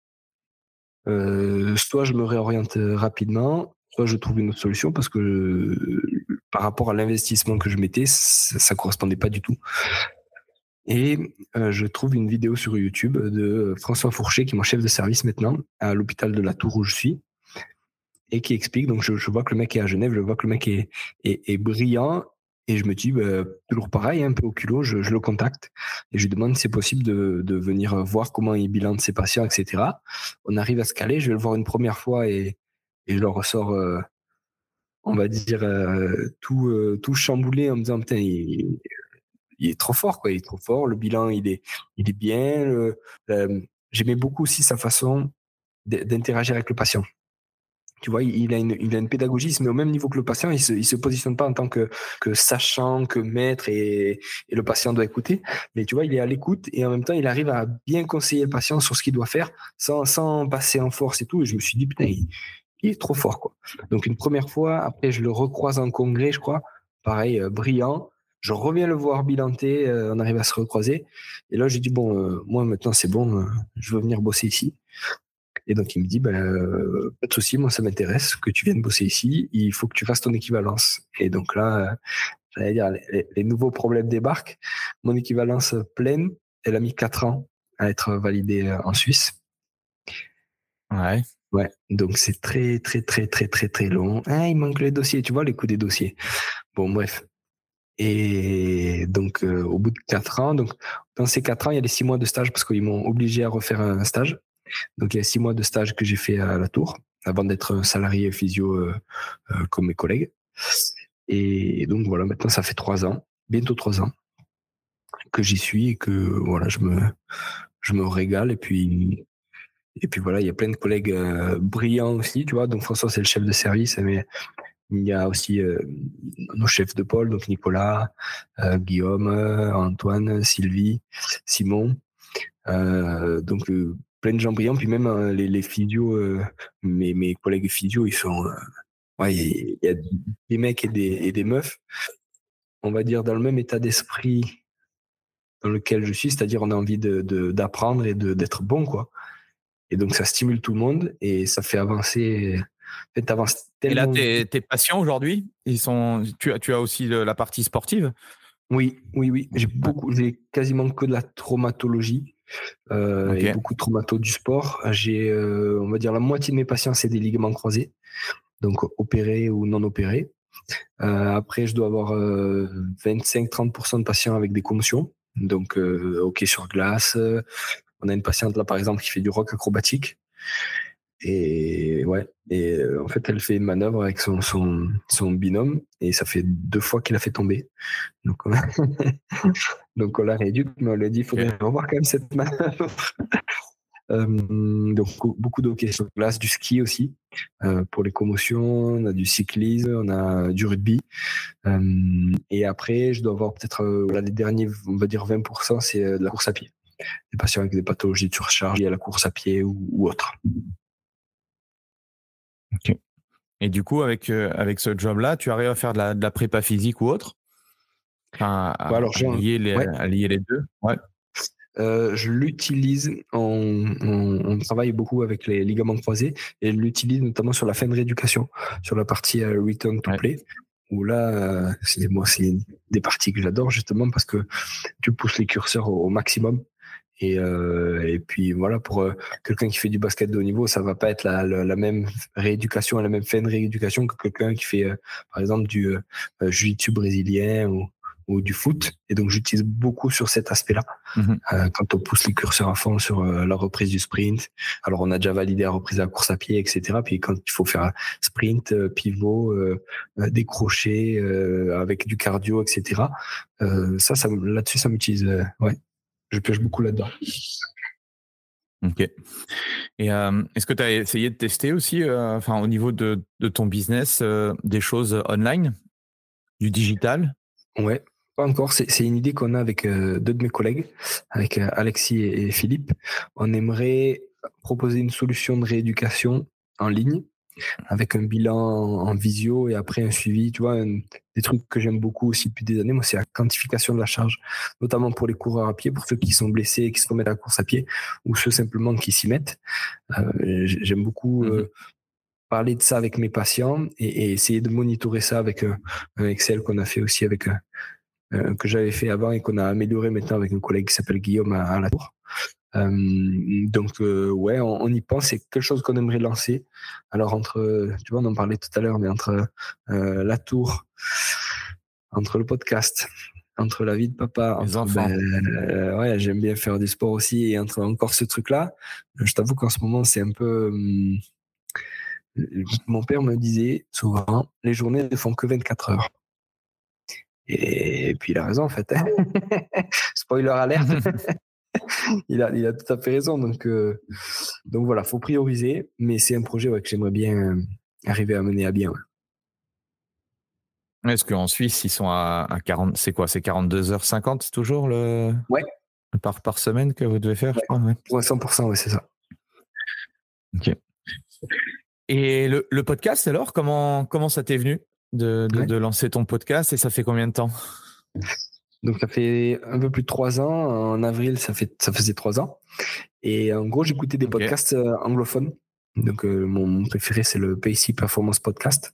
soit je me réoriente rapidement, soit je trouve une autre solution, parce que par rapport à l'investissement que je mettais, ça correspondait pas du tout. Et je trouve une vidéo sur YouTube de François Fourchet, qui est mon chef de service maintenant à l'hôpital de la Tour où je suis, et qui explique. Donc je vois que le mec est à Genève, je vois que le mec est brillant, et je me dis, toujours pareil, un peu au culot, je le contacte et je lui demande si c'est possible de venir voir comment il bilane ses patients, etc. On arrive à se caler, je vais le voir une première fois, et je leur ressors, on va dire, tout chamboulé, en me disant, putain, il est trop fort, quoi. Il est trop fort. Le bilan, il est bien. J'aimais beaucoup aussi sa façon d'interagir avec le patient. Tu vois, il a une pédagogie, il se met au même niveau que le patient, il se positionne pas en tant que sachant, que maître, et le patient doit écouter. Mais tu vois, il est à l'écoute, et en même temps, il arrive à bien conseiller le patient sur ce qu'il doit faire sans passer en force et tout. Et je me suis dit, putain, il est trop fort, quoi. Donc une première fois, après je le recroise en congrès, je crois, pareil, brillant. Je reviens le voir bilanter, on arrive à se recroiser. Et là, j'ai dit, bon, moi maintenant c'est bon, je veux venir bosser ici. Et donc il me dit, pas de souci, moi ça m'intéresse que tu viennes bosser ici, il faut que tu fasses ton équivalence. Et donc là, j'allais dire, les nouveaux problèmes débarquent. Mon équivalence pleine, elle a mis 4 ans à être validée en Suisse. Ouais. Ouais, donc c'est très, très, très, très, très, très long. Ah, il manque les dossiers, tu vois, les coûts des dossiers. Bon, bref. Et donc, au bout de 4 ans, donc, dans ces 4 ans, il y a les 6 mois de stage, parce qu'ils m'ont obligé à refaire un stage. Donc, il y a 6 mois de stage que j'ai fait à la Tour, avant d'être un salarié physio comme mes collègues. Et donc, voilà, maintenant, ça fait 3 ans, bientôt 3 ans, que j'y suis, et que, voilà, je me régale. Et puis voilà, il y a plein de collègues brillants aussi, tu vois. Donc François, c'est le chef de service, mais il y a aussi nos chefs de pôle, donc Nicolas, Guillaume, Antoine, Sylvie, Simon. Donc plein de gens brillants. Puis même les physios, mes collègues physios, ils sont... ouais, il y a des mecs et des meufs, on va dire, dans le même état d'esprit dans lequel je suis, c'est-à-dire on a envie d'apprendre et d'être bon, quoi. Et donc, ça stimule tout le monde, et ça fait avancer. En fait, t'avances tellement. Et là, tes patients aujourd'hui, tu as aussi la partie sportive? Oui. J'ai quasiment que de la traumatologie, Okay. et beaucoup de traumato du sport. J'ai, on va dire, la moitié de mes patients, c'est des ligaments croisés, donc opérés ou non opérés. Après, je dois avoir 25-30% de patients avec des commotions, donc hockey sur glace. On a une patiente là, par exemple, qui fait du rock acrobatique. Et ouais, et en fait, elle fait une manœuvre avec son binôme, et ça fait 2 fois qu'il a fait tomber. Donc, donc on l'a réduit, mais on lui a dit, il faudrait revoir quand même cette manœuvre. Donc beaucoup de hockey sur glace, du ski aussi. Pour les commotions, on a du cyclisme, on a du rugby. Et après, je dois avoir peut-être les derniers, on va dire 20%, c'est de la course à pied. Des patients avec des pathologies de surcharge liées à la course à pied ou autre. Ok. Et du coup, avec ce job-là, tu arrives à faire de la prépa physique ou autre, enfin, à lier les deux. Ouais. Je l'utilise, on travaille beaucoup avec les ligaments croisés et je l'utilise notamment sur la fin de rééducation, sur la partie return to play, où là, c'est des parties que j'adore justement parce que tu pousses les curseurs au maximum. Et puis voilà, pour quelqu'un qui fait du basket de haut niveau, ça va pas être la même rééducation et la même fin de rééducation que quelqu'un qui fait par exemple du jiu-jitsu brésilien ou du foot. Et donc j'utilise beaucoup sur cet aspect-là. Quand on pousse les curseurs à fond sur la reprise du sprint. Alors on a déjà validé la reprise de la course à pied, etc. Puis quand il faut faire un sprint, pivot, décrocher avec du cardio, etc. Ça là-dessus ça m'utilise. Ouais. Je pioche beaucoup là-dedans. Ok. Et est-ce que tu as essayé de tester aussi, au niveau de ton business, des choses online, du digital? Ouais, pas encore. C'est une idée qu'on a avec deux de mes collègues, avec Alexis et Philippe. On aimerait proposer une solution de rééducation en ligne, avec un bilan en visio et après un suivi. Tu vois, des trucs que j'aime beaucoup aussi depuis des années, moi, c'est la quantification de la charge, notamment pour les coureurs à pied, pour ceux qui sont blessés et qui se remettent à la course à pied, ou ceux simplement qui s'y mettent. J'aime beaucoup parler de ça avec mes patients et essayer de monitorer ça avec un Excel qu'on a fait aussi avec que j'avais fait avant et qu'on a amélioré maintenant avec un collègue qui s'appelle Guillaume à la Tour. Ouais, on y pense, c'est quelque chose qu'on aimerait lancer. Alors tu vois, on en parlait tout à l'heure, mais entre la Tour, entre le podcast, entre la vie de papa, les enfants. Ouais, j'aime bien faire du sport aussi, et entre encore ce truc-là, je t'avoue qu'en ce moment c'est un peu. Mon père me disait souvent, les journées ne font que 24 heures. Et puis il a raison en fait. Spoiler alerte. Il a tout à fait raison. Donc voilà, faut prioriser. Mais c'est un projet que j'aimerais bien arriver à mener à bien. Ouais. Est-ce qu'en Suisse, ils sont à 40, c'est quoi? C'est 42h50 toujours Ouais. par semaine que vous devez faire, ouais. Je crois. Ouais. Ouais, 100%, ouais, c'est ça. Ok. Et le podcast, alors, comment ça t'est venu de lancer ton podcast, et ça fait combien de temps? Donc ça fait un peu plus de 3 ans. En avril, ça faisait 3 ans. Et en gros, j'écoutais des podcasts anglophones. Donc mon préféré, c'est le Pacey Performance Podcast.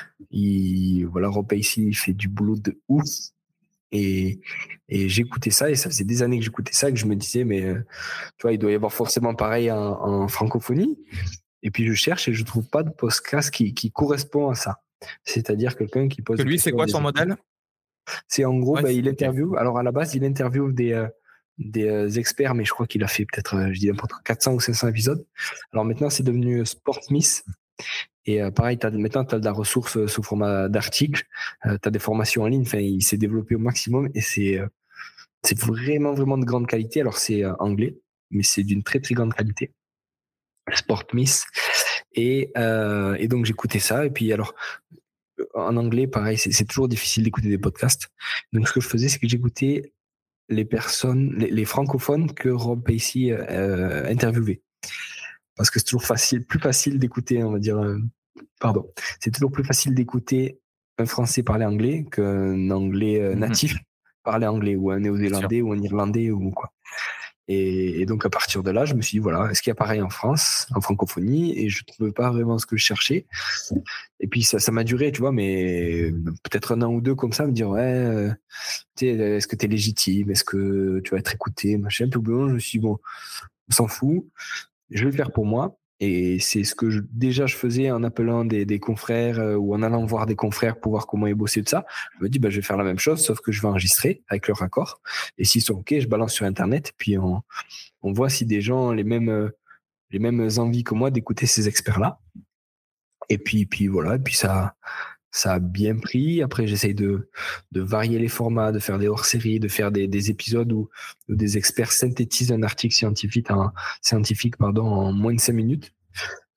Rob Pacey, il fait du boulot de ouf. Et j'écoutais ça, et ça faisait des années que j'écoutais ça, que je me disais, mais tu vois, il doit y avoir forcément pareil en francophonie. Et puis je cherche et je trouve pas de podcast qui correspond à ça. C'est-à-dire quelqu'un qui pose. Que lui, c'est quoi son modèle? C'est en gros, il interviewe. Alors à la base, il interviewe des experts, mais je crois qu'il a fait peut-être, je dis n'importe quoi, 400 ou 500 épisodes. Alors maintenant, c'est devenu Sportsmith. Et pareil, maintenant, tu as de la ressource sous format d'articles, tu as des formations en ligne, il s'est développé au maximum et c'est vraiment, vraiment de grande qualité. Alors c'est anglais, mais c'est d'une très, très grande qualité. Sportsmith. Et donc j'écoutais ça, et puis alors en anglais, pareil, c'est toujours difficile d'écouter des podcasts. Donc ce que je faisais, c'est que j'écoutais les personnes, les francophones que Rob Pacey interviewait. Parce que c'est toujours plus facile d'écouter, on va dire, c'est toujours plus facile d'écouter un Français parler anglais qu'un Anglais natif parler anglais, ou un Néo-Zélandais ou un Irlandais ou quoi. Et donc à partir de là, je me suis dit, voilà, est-ce qu'il y a pareil en France, en francophonie? Et je trouvais pas vraiment ce que je cherchais. Et puis ça m'a duré, tu vois, mais peut-être un an ou deux comme ça, me dire, ouais, est-ce que t'es légitime? Est-ce que tu vas être écouté? Machin. Puis au bout d'un moment, je me suis dit, bon, on s'en fout, je vais le faire pour moi. Et c'est ce que je faisais en appelant des confrères ou en allant voir des confrères pour voir comment ils bossaient de ça. Je me dis, je vais faire la même chose, sauf que je vais enregistrer avec leur accord. Et s'ils sont OK, je balance sur Internet. Puis on voit si des gens ont les mêmes envies que moi d'écouter ces experts-là. Et puis voilà. Et puis ça a bien pris. Après, j'essaye de varier les formats, de faire des hors-séries, de faire des épisodes où des experts synthétisent un article scientifique en moins de 5 minutes.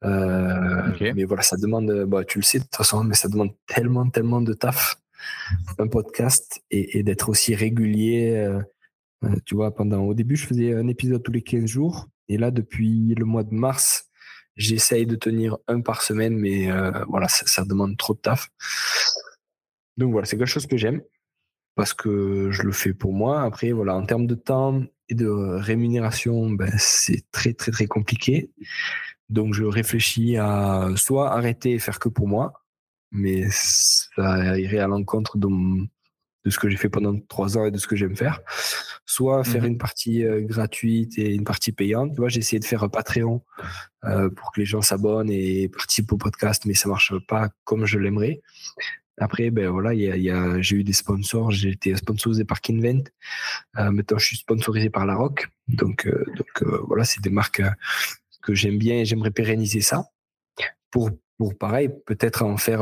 Ok. Mais voilà, ça demande, tu le sais de toute façon, mais ça demande tellement, tellement de taf, un podcast, et d'être aussi régulier. Tu vois, au début, je faisais un épisode tous les 15 jours. Et là, depuis le mois de mars, j'essaye de tenir un par semaine, mais voilà, ça demande trop de taf. Donc voilà, c'est quelque chose que j'aime parce que je le fais pour moi. Après, voilà, en termes de temps et de rémunération, c'est très, très, très compliqué. Donc, je réfléchis à soit arrêter et faire que pour moi, mais ça irait à l'encontre de ce que j'ai fait pendant 3 ans et de ce que j'aime faire. Soit faire une partie gratuite et une partie payante. Tu vois, j'ai essayé de faire un Patreon pour que les gens s'abonnent et participent au podcast, mais ça marche pas comme je l'aimerais. Après, voilà, j'ai eu des sponsors. J'ai été sponsorisé par Kinvent. Maintenant, je suis sponsorisé par La Rock. Donc voilà, c'est des marques que j'aime bien et j'aimerais pérenniser ça pour pareil, peut-être en faire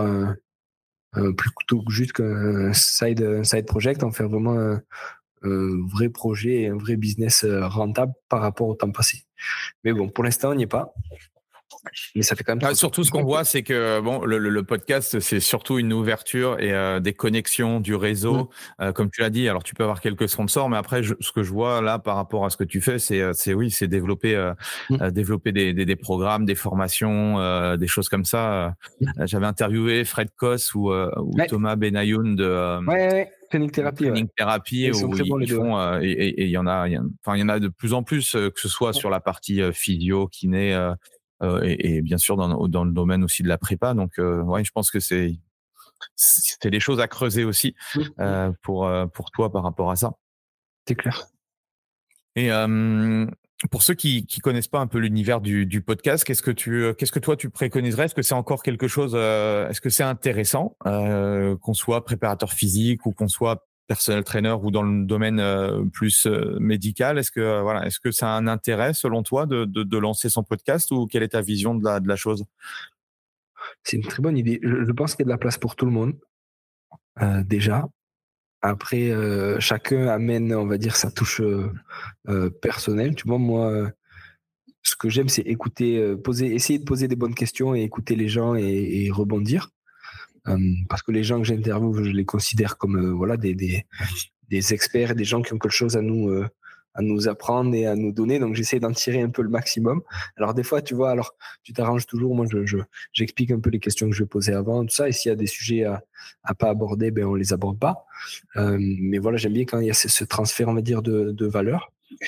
plutôt que juste qu'un side project, en faire vraiment un vrai projet et un vrai business rentable par rapport au temps passé. Mais bon, pour l'instant, on n'y est pas. Mais ça fait quand même trop Surtout, ce qu'on voit, c'est que bon, le podcast, c'est surtout une ouverture et des connexions du réseau, comme tu l'as dit. Alors, tu peux avoir quelques sponsors, mais après, ce que je vois là par rapport à ce que tu fais, c'est développer des programmes, des formations, des choses comme ça. J'avais interviewé Fred Koss ou Thomas Benayoun de Training Therapy, Training Therapy, où ils font et il y en a, il y en a de plus en plus, que ce soit sur la partie physio, kiné. Et bien sûr dans le domaine aussi de la prépa. Donc je pense que c'est des choses à creuser aussi pour toi par rapport à ça. C'est clair. Et pour ceux qui connaissent pas un peu l'univers du podcast, qu'est-ce que toi tu préconiserais? Est-ce que c'est encore quelque chose? Est-ce que c'est intéressant qu'on soit préparateur physique ou qu'on soit personnel trainer ou dans le domaine plus médical? Est-ce que ça a un intérêt selon toi de lancer son podcast, ou quelle est ta vision de la chose? C'est une très bonne idée. Je pense qu'il y a de la place pour tout le monde, déjà. Après, chacun amène, on va dire, sa touche personnelle. Tu vois, moi, ce que j'aime, c'est écouter, essayer de poser des bonnes questions et écouter les gens et rebondir. Parce que les gens que j'interviewe, je les considère comme voilà, des experts, des gens qui ont quelque chose à nous apprendre et à nous donner. Donc, j'essaie d'en tirer un peu le maximum. Alors, des fois, tu vois, tu t'arranges toujours. Moi, j'explique un peu les questions que je vais poser avant, tout ça. Et s'il y a des sujets à pas aborder, on les aborde pas. Mais voilà, j'aime bien quand il y a ce transfert, on va dire, de valeur.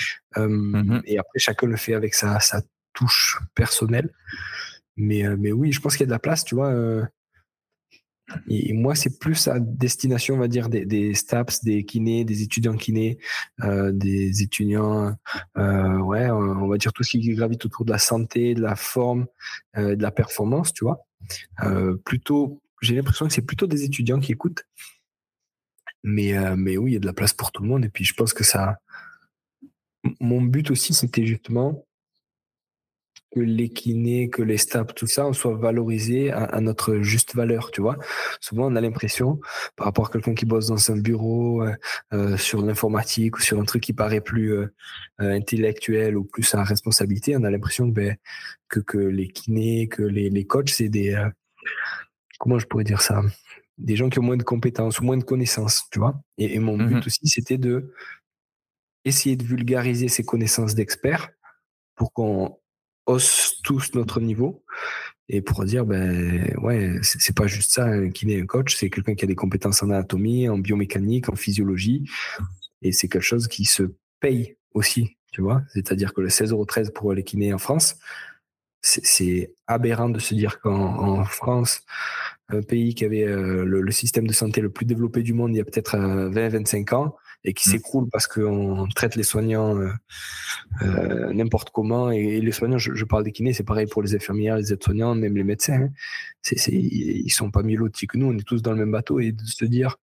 Et après, chacun le fait avec sa touche personnelle. Mais oui, je pense qu'il y a de la place, tu vois. Et moi, c'est plus à destination, on va dire, des STAPS, des kinés, des étudiants kinés, des étudiants, on va dire tout ce qui gravite autour de la santé, de la forme, de la performance, tu vois. Plutôt, j'ai l'impression que c'est plutôt des étudiants qui écoutent. Mais oui, il y a de la place pour tout le monde. Et puis, je pense que mon but aussi, c'était justement que les kinés, que les STAPS, tout ça, on soit valorisé à notre juste valeur, tu vois. Souvent, on a l'impression, par rapport à quelqu'un qui bosse dans un bureau, sur l'informatique ou sur un truc qui paraît plus intellectuel ou plus à responsabilité, on a l'impression que les kinés, que les coachs, c'est des... comment je pourrais dire ça? Des gens qui ont moins de compétences ou moins de connaissances, tu vois. Et mon but aussi, c'était de essayer de vulgariser ces connaissances d'experts pour qu'on hausse tous notre niveau et pour dire c'est pas juste ça un kiné, un coach, c'est quelqu'un qui a des compétences en anatomie, en biomécanique, en physiologie, et c'est quelque chose qui se paye aussi, tu vois. C'est-à-dire que le 16,13 € pour les kinés en France, c'est aberrant de se dire qu'en France, un pays qui avait le système de santé le plus développé du monde il y a peut-être 20-25 ans, et qui s'écroule parce qu'on traite les soignants n'importe comment. Et les soignants, je parle des kinés, c'est pareil pour les infirmières, les aides-soignants, même les médecins. Hein. Ils sont pas mieux lotis que nous, on est tous dans le même bateau. Et de se dire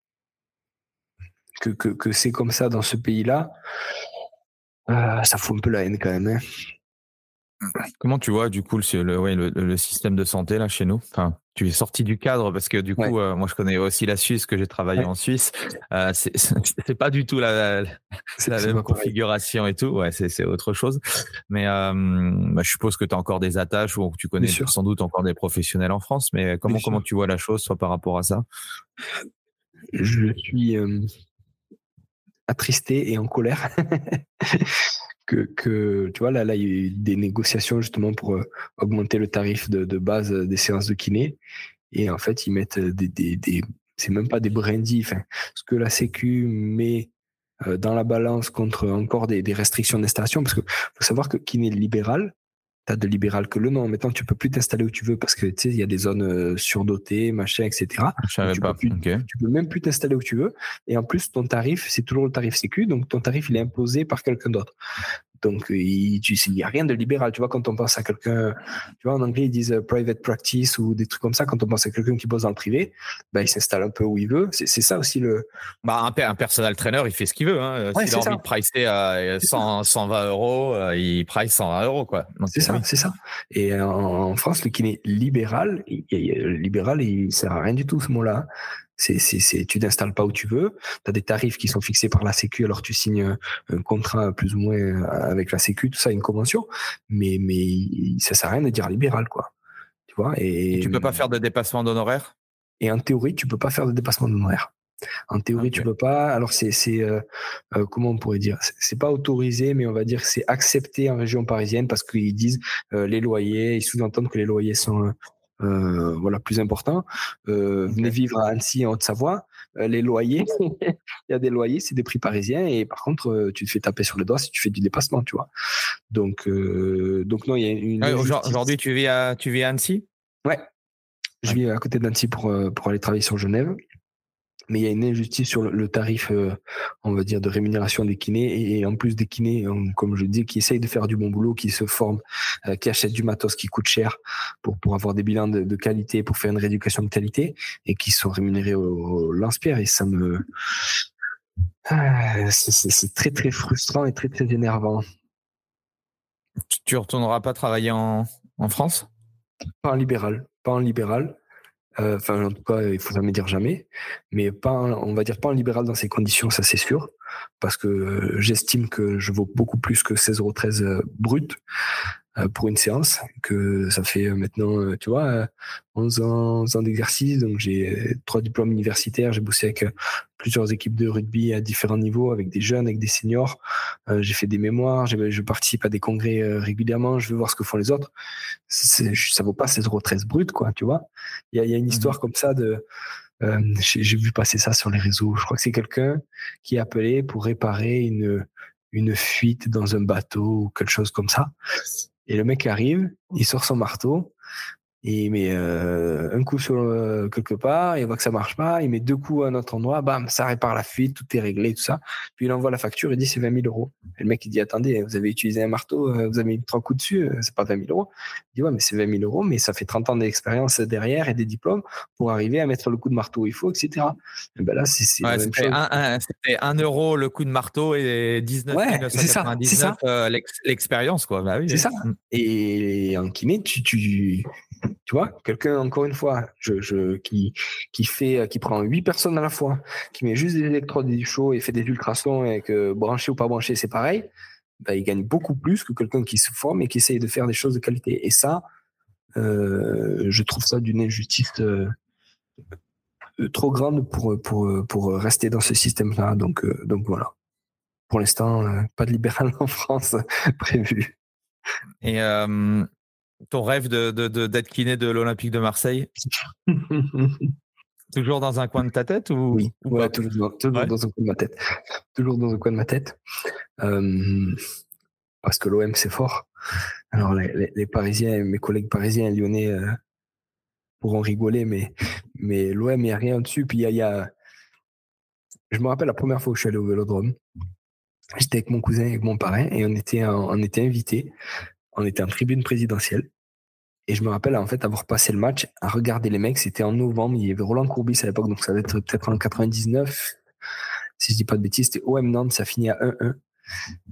que c'est comme ça dans ce pays-là, ça fout un peu la haine quand même. Hein. Comment tu vois du coup le système de santé là chez nous? Enfin, tu es sorti du cadre parce que du coup, moi je connais aussi la Suisse, que j'ai travaillé en Suisse. C'est pas du tout la même configuration et tout. Ouais, c'est autre chose. Mais je suppose que tu as encore des attaches ou que tu connais sans doute encore des professionnels en France. Mais comment tu vois la chose, soit par rapport à ça? Je suis attristé et en colère que tu vois, là, il y a eu des négociations justement pour augmenter le tarif de base des séances de kiné. Et en fait, ils mettent c'est même pas des brindilles. Enfin, ce que la Sécu met dans la balance contre encore des restrictions d'installation, parce que faut savoir que kiné libéral, t'as de libéral que le nom. Maintenant, tu peux plus t'installer où tu veux parce que tu sais, il y a des zones surdotées, machin, etc. Je savais pas. Tu peux même plus t'installer où tu veux. Et en plus, ton tarif, c'est toujours le tarif Sécu, donc ton tarif, il est imposé par quelqu'un d'autre. Donc, il n'y a rien de libéral. Tu vois, quand on pense à quelqu'un, tu vois, en anglais, ils disent private practice ou des trucs comme ça. Quand on pense à quelqu'un qui bosse dans le privé, il s'installe un peu où il veut. C'est ça aussi le. Un personal trainer, il fait ce qu'il veut. Hein. S'il a envie de pricer à 120 euros, il price 120 euros, quoi. C'est ça. Et en France, le kiné libéral, il sert à rien du tout, ce mot-là. Tu t'installes pas où tu veux. Tu as des tarifs qui sont fixés par la Sécu, alors tu signes un contrat plus ou moins avec la Sécu, tout ça, une convention. Mais ça sert à rien de dire libéral, quoi. Tu vois, et tu peux pas faire de dépassement d'honoraires? Et en théorie, tu peux pas faire de dépassement d'honoraires. En théorie, tu peux pas. Alors, comment on pourrait dire? C'est pas autorisé, mais on va dire que c'est accepté en région parisienne parce qu'ils disent les loyers, ils sous-entendent que les loyers sont plus importants. Venez vivre à Annecy, en Haute-Savoie. Les loyers, il y a des loyers, c'est des prix parisiens et par contre, tu te fais taper sur le doigt si tu fais du dépassement, tu vois. Donc non, il y a une. Aujourd'hui, tu vis à Annecy? Ouais. Je vis à côté d'Annecy pour aller travailler sur Genève. Mais il y a une injustice sur le tarif, on va dire, de rémunération des kinés. Et en plus des kinés, comme je dis, qui essayent de faire du bon boulot, qui se forment, qui achètent du matos qui coûte cher pour avoir des bilans de qualité, pour faire une rééducation de qualité, et qui sont rémunérés au lance-pierre. Et ça c'est très, très frustrant et très, très énervant. Tu retourneras pas travailler en France? Pas en libéral. Enfin, en tout cas, il faut jamais dire jamais, mais on va dire pas en libéral dans ces conditions, ça c'est sûr, parce que j'estime que je vaux beaucoup plus que 16,13 € brut pour une séance, que ça fait maintenant, tu vois, 11 ans d'exercice, donc j'ai 3 diplômes universitaires, j'ai bossé avec plusieurs équipes de rugby à différents niveaux, avec des jeunes, avec des seniors, j'ai fait des mémoires, je participe à des congrès régulièrement, je veux voir ce que font les autres. Ça vaut pas 16,13 € brut, quoi, tu vois. Il y a une histoire comme ça de. J'ai vu passer ça sur les réseaux. Je crois que c'est quelqu'un qui est appelé pour réparer une fuite dans un bateau ou quelque chose comme ça. Et le mec arrive, il sort son marteau, et il met un coup sur quelque part, il voit que ça marche pas, il met 2 coups à un autre endroit, bam, ça répare la fuite, tout est réglé, tout ça. Puis il envoie la facture, il dit c'est 20 000 €. Et le mec il dit attendez, vous avez utilisé un marteau, vous avez mis 3 coups dessus, c'est pas 20 000 €. Il dit ouais mais c'est 20 000 €, mais ça fait 30 ans d'expérience derrière et des diplômes pour arriver à mettre le coup de marteau où il faut, etc. Et ben là c'est la même chose. C'était 1 € le coup de marteau et 19 999 l'expérience, quoi. Bah oui, c'est ça. Et en kiné, tu vois, quelqu'un, encore une fois, qui prend 8 personnes à la fois, qui met juste des électrodes et du chaud et fait des ultrasons et que branché ou pas branché, c'est pareil, il gagne beaucoup plus que quelqu'un qui se forme et qui essaye de faire des choses de qualité. Et ça, je trouve ça d'une injustice trop grande pour rester dans ce système-là. Donc voilà. Pour l'instant, pas de libéral en France prévu. Et ton rêve d'être kiné de l'Olympique de Marseille, toujours dans un coin de ta tête ou ouais, toujours dans un coin de ma tête. Toujours dans un coin de ma tête. Parce que l'OM, c'est fort. Alors, les Parisiens, mes collègues parisiens et lyonnais pourront rigoler, mais l'OM, il n'y a rien dessus. Puis je me rappelle la première fois où je suis allé au Vélodrome. J'étais avec mon cousin, avec mon parrain, et on était invités. On était en tribune présidentielle. Et je me rappelle, en fait, avoir passé le match, à regarder les mecs. C'était en novembre. Il y avait Roland Courbis à l'époque, donc ça devait être peut-être en 99. Si je dis pas de bêtises, c'était OM Nantes, ça finit à 1-1.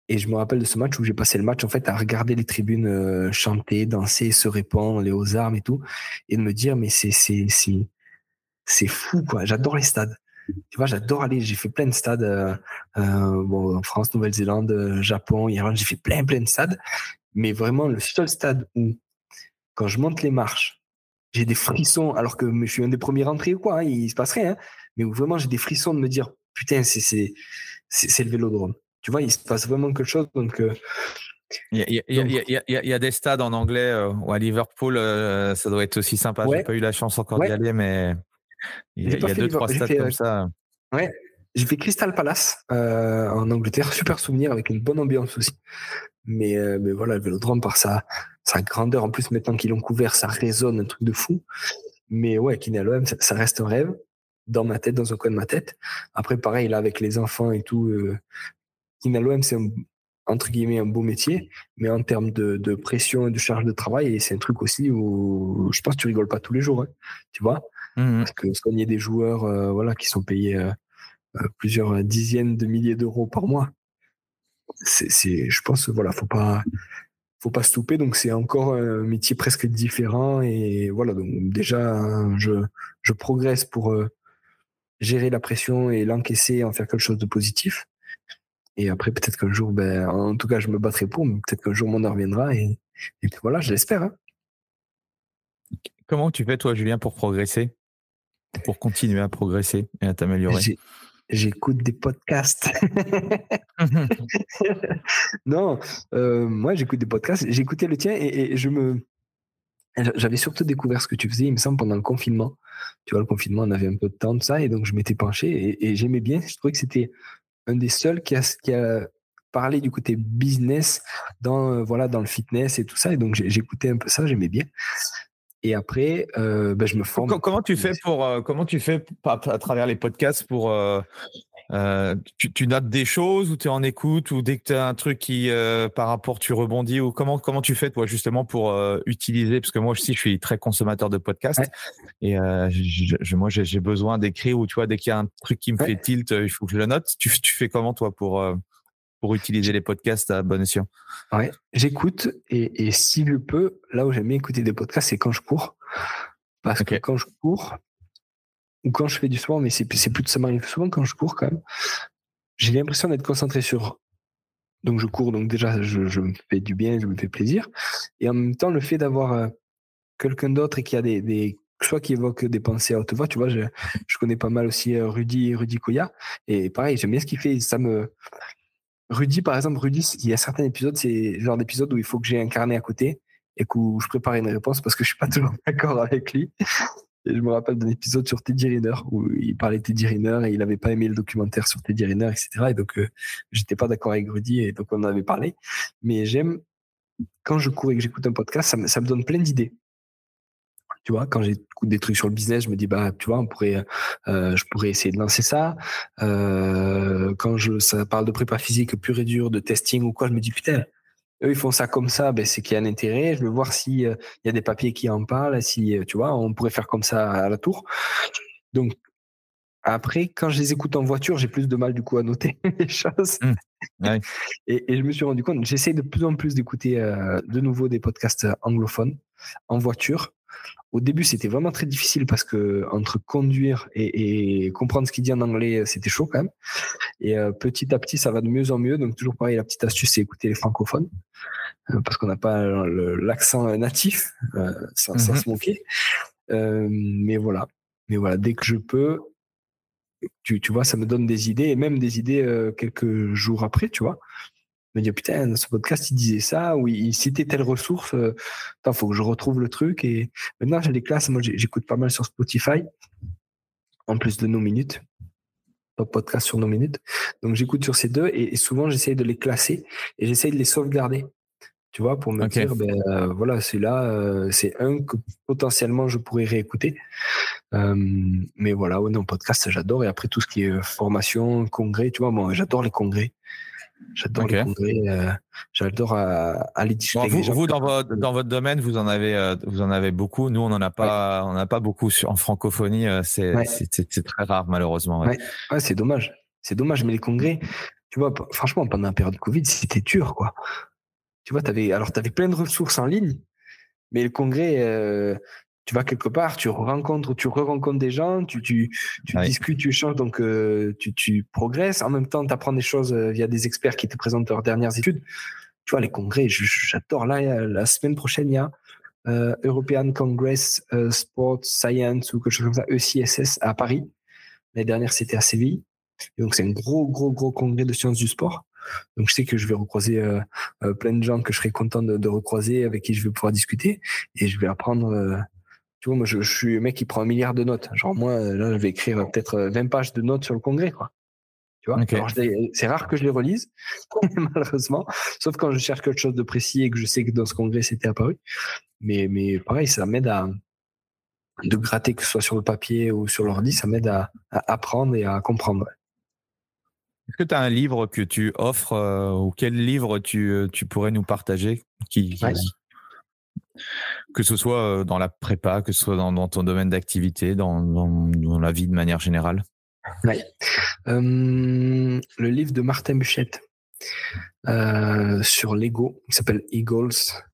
Et je me rappelle de ce match où j'ai passé le match en fait à regarder les tribunes chanter, danser, se répandre, les aux armes et tout, et de me dire mais c'est fou quoi. J'adore les stades. Tu vois, j'adore aller. J'ai fait plein de stades en France, Nouvelle-Zélande, Japon, Irlande. J'ai fait plein de stades. Mais vraiment, le seul stade où, quand je monte les marches, j'ai des frissons, alors que je suis un des premiers rentrés ou quoi, hein, il se passe rien, hein, mais où vraiment j'ai des frissons de me dire, putain, c'est le Vélodrome. Tu vois, il se passe vraiment quelque chose. Donc, il y a des stades en anglais ou à Liverpool, ça doit être aussi sympa. Ouais. J'ai pas eu la chance encore d'y aller, mais il y a 2-3 stades comme ça. Ouais, j'ai fait Crystal Palace en Angleterre, super souvenir avec une bonne ambiance aussi. Mais voilà, le Vélodrome par sa grandeur, en plus maintenant qu'ils l'ont couvert, ça résonne, un truc de fou. Mais ouais, Kiné à l'OM, ça reste un rêve dans ma tête, dans un coin de ma tête. Après, pareil, là avec les enfants et tout, Kiné à l'OM, c'est entre guillemets un beau métier, mais en termes de pression et de charge de travail, c'est un truc aussi où je pense que tu rigoles pas tous les jours, hein, tu vois, parce que soigner des joueurs, voilà, qui sont payés plusieurs dizaines de milliers d'euros par mois, je pense, voilà, faut pas se louper. Donc c'est encore un métier presque différent, et voilà. Donc déjà, je progresse pour gérer la pression et l'encaisser et en faire quelque chose de positif. Et après, peut-être qu'un jour, en tout cas, je me battrai pour, mais peut-être qu'un jour mon heure viendra, et puis voilà, je l'espère. Hein. Comment tu fais, toi, Julien, pour progresser, pour continuer à progresser et à t'améliorer? J'écoute des podcasts. Non, moi j'écoute des podcasts. J'écoutais le tien et j'avais surtout découvert ce que tu faisais, il me semble, pendant le confinement. Tu vois, le confinement, on avait un peu de temps de ça, et donc je m'étais penché et j'aimais bien. Je trouvais que c'était un des seuls qui a parlé du côté business dans le fitness et tout ça. Et donc j'écoutais un peu ça, j'aimais bien. Et après, je me forme. Comment tu fais à travers les podcasts pour tu notes des choses, ou tu es en écoute, ou dès que tu as un truc qui par rapport tu rebondis, ou comment tu fais toi justement pour utiliser, parce que moi aussi je suis très consommateur de podcasts, et moi j'ai besoin d'écrire, ou tu vois, dès qu'il y a un truc qui me fait tilt, il faut que je le note. Tu fais comment toi pour utiliser les podcasts à bon escient? Ouais, j'écoute, et si je peux, là où j'aime bien écouter des podcasts, c'est quand je cours. Parce que quand je cours, ou quand je fais du sport, mais c'est plus, ça m'arrive souvent quand je cours quand même, j'ai l'impression d'être concentré sur. Donc je cours, donc déjà je me fais du bien, je me fais plaisir. Et en même temps, le fait d'avoir quelqu'un d'autre et qui a soit qui évoque des pensées à haute voix, tu vois, je connais pas mal aussi Rudy Koya. Et pareil, j'aime bien ce qu'il fait. Rudy, par exemple, il y a certains épisodes, c'est le genre d'épisode où il faut que j'ai un carnet à côté et où je prépare une réponse parce que je suis pas toujours d'accord avec lui. Et je me rappelle d'un épisode sur Teddy Riner où il parlait de Teddy Riner et il avait pas aimé le documentaire sur Teddy Riner, etc. Et donc, j'étais pas d'accord avec Rudy, et donc on en avait parlé. Mais j'aime, quand je cours et que j'écoute un podcast, ça me donne plein d'idées. Tu vois, quand j'écoute des trucs sur le business, je me dis, tu vois, je pourrais essayer de lancer ça. Quand ça parle de prépa physique pure et dure, de testing ou quoi, je me dis, putain, eux, ils font ça comme ça, c'est qu'il y a un intérêt. Je veux voir s'il y a des papiers qui en parlent, si, tu vois, on pourrait faire comme ça à la tour. Donc, après, quand je les écoute en voiture, j'ai plus de mal, du coup, à noter les choses. Ouais. Et je me suis rendu compte, j'essaie de plus en plus d'écouter de nouveau des podcasts anglophones en voiture. Au début, c'était vraiment très difficile parce que entre conduire et comprendre ce qu'il dit en anglais, c'était chaud quand même. Et petit à petit, ça va de mieux en mieux. Donc toujours pareil, la petite astuce, c'est écouter les francophones parce qu'on n'a pas l'accent natif, sans se moquer. Mais voilà, dès que je peux, tu vois, ça me donne des idées, et même des idées quelques jours après, tu vois. Me dire, putain, dans ce podcast, il disait ça, ou il citait telle ressource. Faut que je retrouve le truc. Et maintenant, j'ai des classes. Moi, j'écoute pas mal sur Spotify, en plus de Nos Minutes, top podcast sur Nos Minutes. Donc, j'écoute sur ces deux, et souvent, j'essaye de les classer et j'essaye de les sauvegarder. Tu vois, pour me dire, voilà, celui-là, c'est un que potentiellement je pourrais réécouter. Mais voilà, non, podcast, j'adore. Et après, tout ce qui est formation, congrès, tu vois, moi, j'adore les congrès. J'adore les congrès, j'adore aller discuter avec les gens. Vous, dans votre domaine, vous en avez beaucoup. Nous, on n'en a pas, on n'a pas beaucoup en francophonie. C'est très rare, malheureusement. Ouais, c'est dommage. C'est dommage, mais les congrès, tu vois, franchement, pendant la période de Covid, c'était dur, quoi. Tu vois, t'avais plein de ressources en ligne, mais le congrès, tu vas quelque part, tu re-rencontres des gens, tu discutes, tu échanges, donc tu progresses. En même temps, tu apprends des choses via des experts qui te présentent leurs dernières études. Tu vois, les congrès, j'adore. Là, la semaine prochaine, il y a European Congress Sport Science ou quelque chose comme ça, ECSS à Paris. L'année dernière, c'était à Séville. Et donc, c'est un gros congrès de sciences du sport. Donc, je sais que je vais recroiser plein de gens que je serais content de recroiser, avec qui je vais pouvoir discuter. Et je vais apprendre. Tu vois, moi, je suis un mec qui prend 1 milliard de notes. Genre, moi, là, je vais écrire peut-être 20 pages de notes sur le congrès, quoi. Tu vois. Okay. Alors, c'est rare que je les relise, malheureusement. Sauf quand je cherche quelque chose de précis et que je sais que dans ce congrès, c'était apparu. Mais pareil, ça m'aide de gratter, que ce soit sur le papier ou sur l'ordi, ça m'aide à apprendre et à comprendre. Est-ce que tu as un livre que tu offres ou quel livre tu pourrais nous partager que ce soit dans la prépa, que ce soit dans ton domaine d'activité, dans la vie de manière générale? Ouais. Le livre de Martin Buchheit sur l'ego, qui s'appelle Eagles,